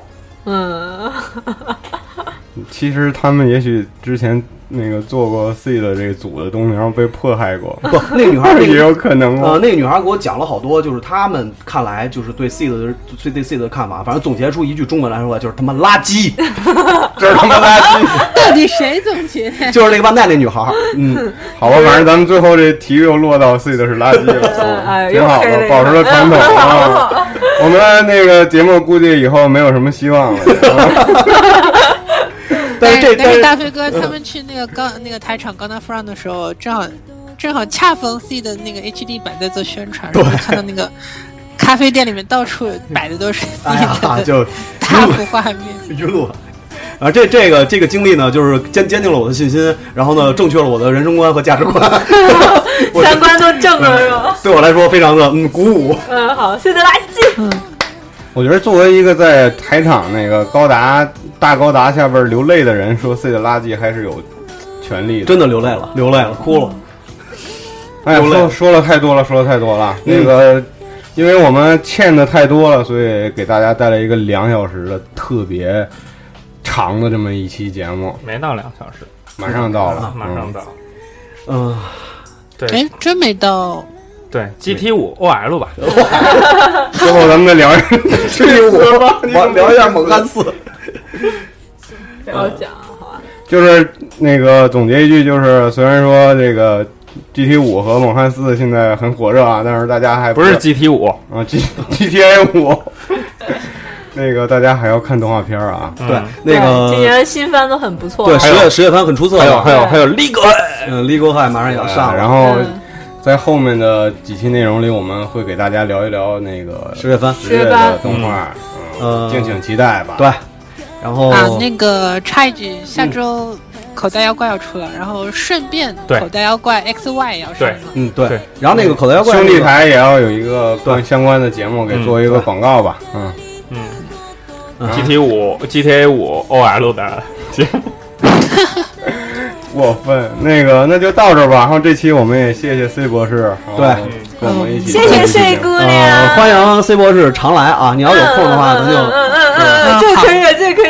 其实他们也许之前做过 C 的这个组的东西，然后被迫害过。 不，那个女孩也有可能那个女孩给我讲了好多，就是他们看来就是对 C 的看法，反正总结出一句中文来说，就是他妈垃圾，这是他妈垃圾。 到底谁总结的？ 就是那个万代那女孩。 好吧，反正咱们最后这题又落到 C 的是垃圾了，挺好的，保持了传统啊。我们那个节目估计以后没有什么希望了。 但是大飞哥他们去那个台场刚到 front 的时候，正好恰逢 C 的那个 HD 版在做宣传，然后看到那个咖啡店里面到处摆的都是 C 的， 就大幅画面， 晕了。这个经历呢，就是坚定了我的信心，然后呢，正确了我的人生观和价值观 3观都正了是吧？ 对我来说非常的鼓舞。 好，谢谢垃圾。 我觉得作为一个在台场大高达下边流泪的人，说 C 的垃圾还是有权利的。 真的流泪了，哭了。 哎，说了太多了。那个，因为我们欠的太多了，所以给大家带来一个2小时的特别长的这么一期节目。 没到2小时， 马上到了， 马上到。 对，哎，真没到。 对 GT5 OL 吧， 最后咱们再聊一下 GT5 吧， 聊一下猛汉4。 不要讲，好吧？ 就是总结一句，就是虽然说这个 GT5 和猛汉4现在很火热啊，但是大家还不是 GT5 啊 GTA5。大家还要看动画片啊。 对， 今年新番都很不错。 对，10月番很出色。 还有 Legal Legal High 马上也要上了， 然后。在后面的几期内容里，我们会给大家聊一聊10月的动画，敬请期待吧。 对，然后插一句，下周口袋妖怪要出了，然后顺便口袋妖怪 XY 也要上了。 对。然后口袋妖怪兄弟台也要有一个相关的节目给做一个广告吧。 GTA5 OL 的节目。 过分，那就到这儿吧。然后这期我们也谢谢 C 博士。 对， 跟我们一起。 谢谢睡姑娘， 欢迎 C 博士常来啊！你要有空的话，咱就这可以，这可以。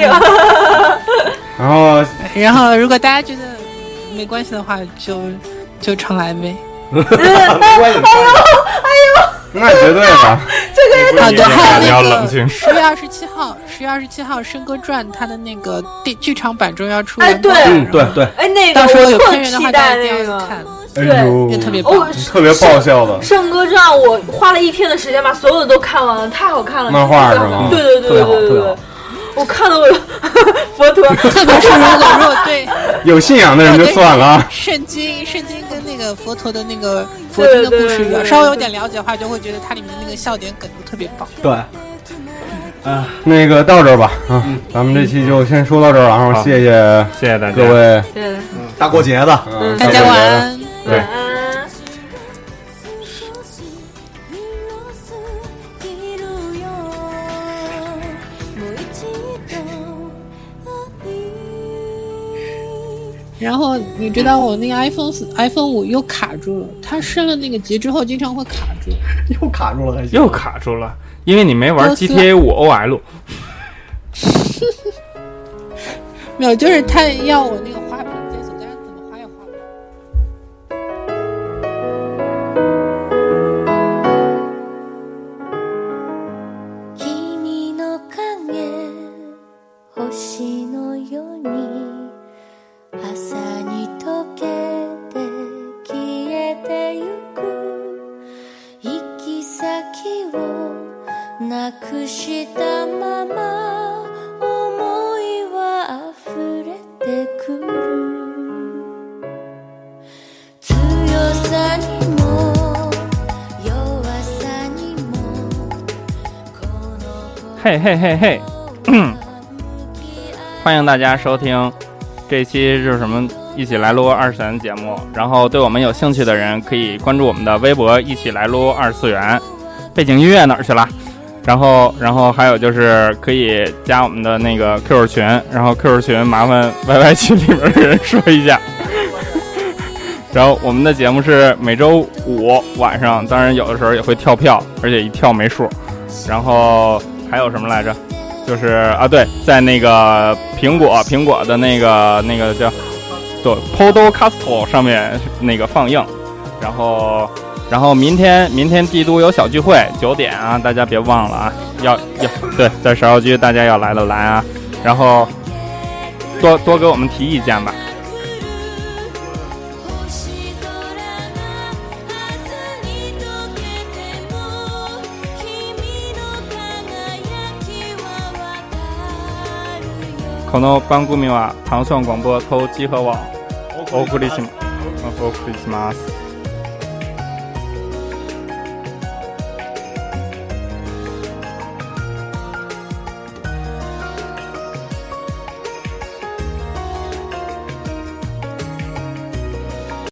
然后如果大家觉得没关系的话，就常来呗。 没关系。 哎呦， 那绝对吧。 这个好的，还有你要冷静。 10月27号《申歌传》它的那个剧场版中要出。 哎，对， 对， 哎，那个到时候有片我特源的话， 期待一定那个。 要看。 对， 也特别棒， 特别爆笑的《 圣歌传》，我花了1天的时间把所有的都看完了，太好看了。 漫画是吗？ 对，我看到我佛陀， 特别是如果对有信仰的人就算了。 圣经跟那个佛陀的那个佛经的故事稍微有点了解的话，就会觉得它里面的那个笑点梗都特别棒。 对。 那个到这儿吧，咱们这期就先说到这儿了，然后谢谢大家各位， 大过节的， 大家晚安， 对。 然后你知道我那个 iPhone 5又卡住了，它升了那个级之后经常会卡住， 又卡住了， 又卡住了，因为你没玩 GTA 5 OL。 没有，就是他要我那个花屏解锁，但是怎么花也花不了。 君の影星のように朝に溶けて消えてゆく行き先をなくしたまま思いは溢れてくる強さにも弱さにも嘿嘿嘿嘿，欢迎大家收听这期就是什么一起来撸二次元节目，然后对我们有兴趣的人可以关注我们的微博一起来撸二次元。背景音乐哪儿去了？然后还有就是可以加我们的那个 QQ 群，然后 QQ 群麻烦 YY 群里面的人说一下。然后我们的节目是每周5晚上，当然有的时候也会跳票，而且一跳没数。然后还有什么来着？就是对，在那个苹果的那个叫对 Podcast 上面那个放映，然后明天帝都有小聚会9点啊，大家别忘了啊，要对，在芍药居大家要来的来啊，然后多给我们提意见吧。この番組はタンソン广播と集合網お送りします。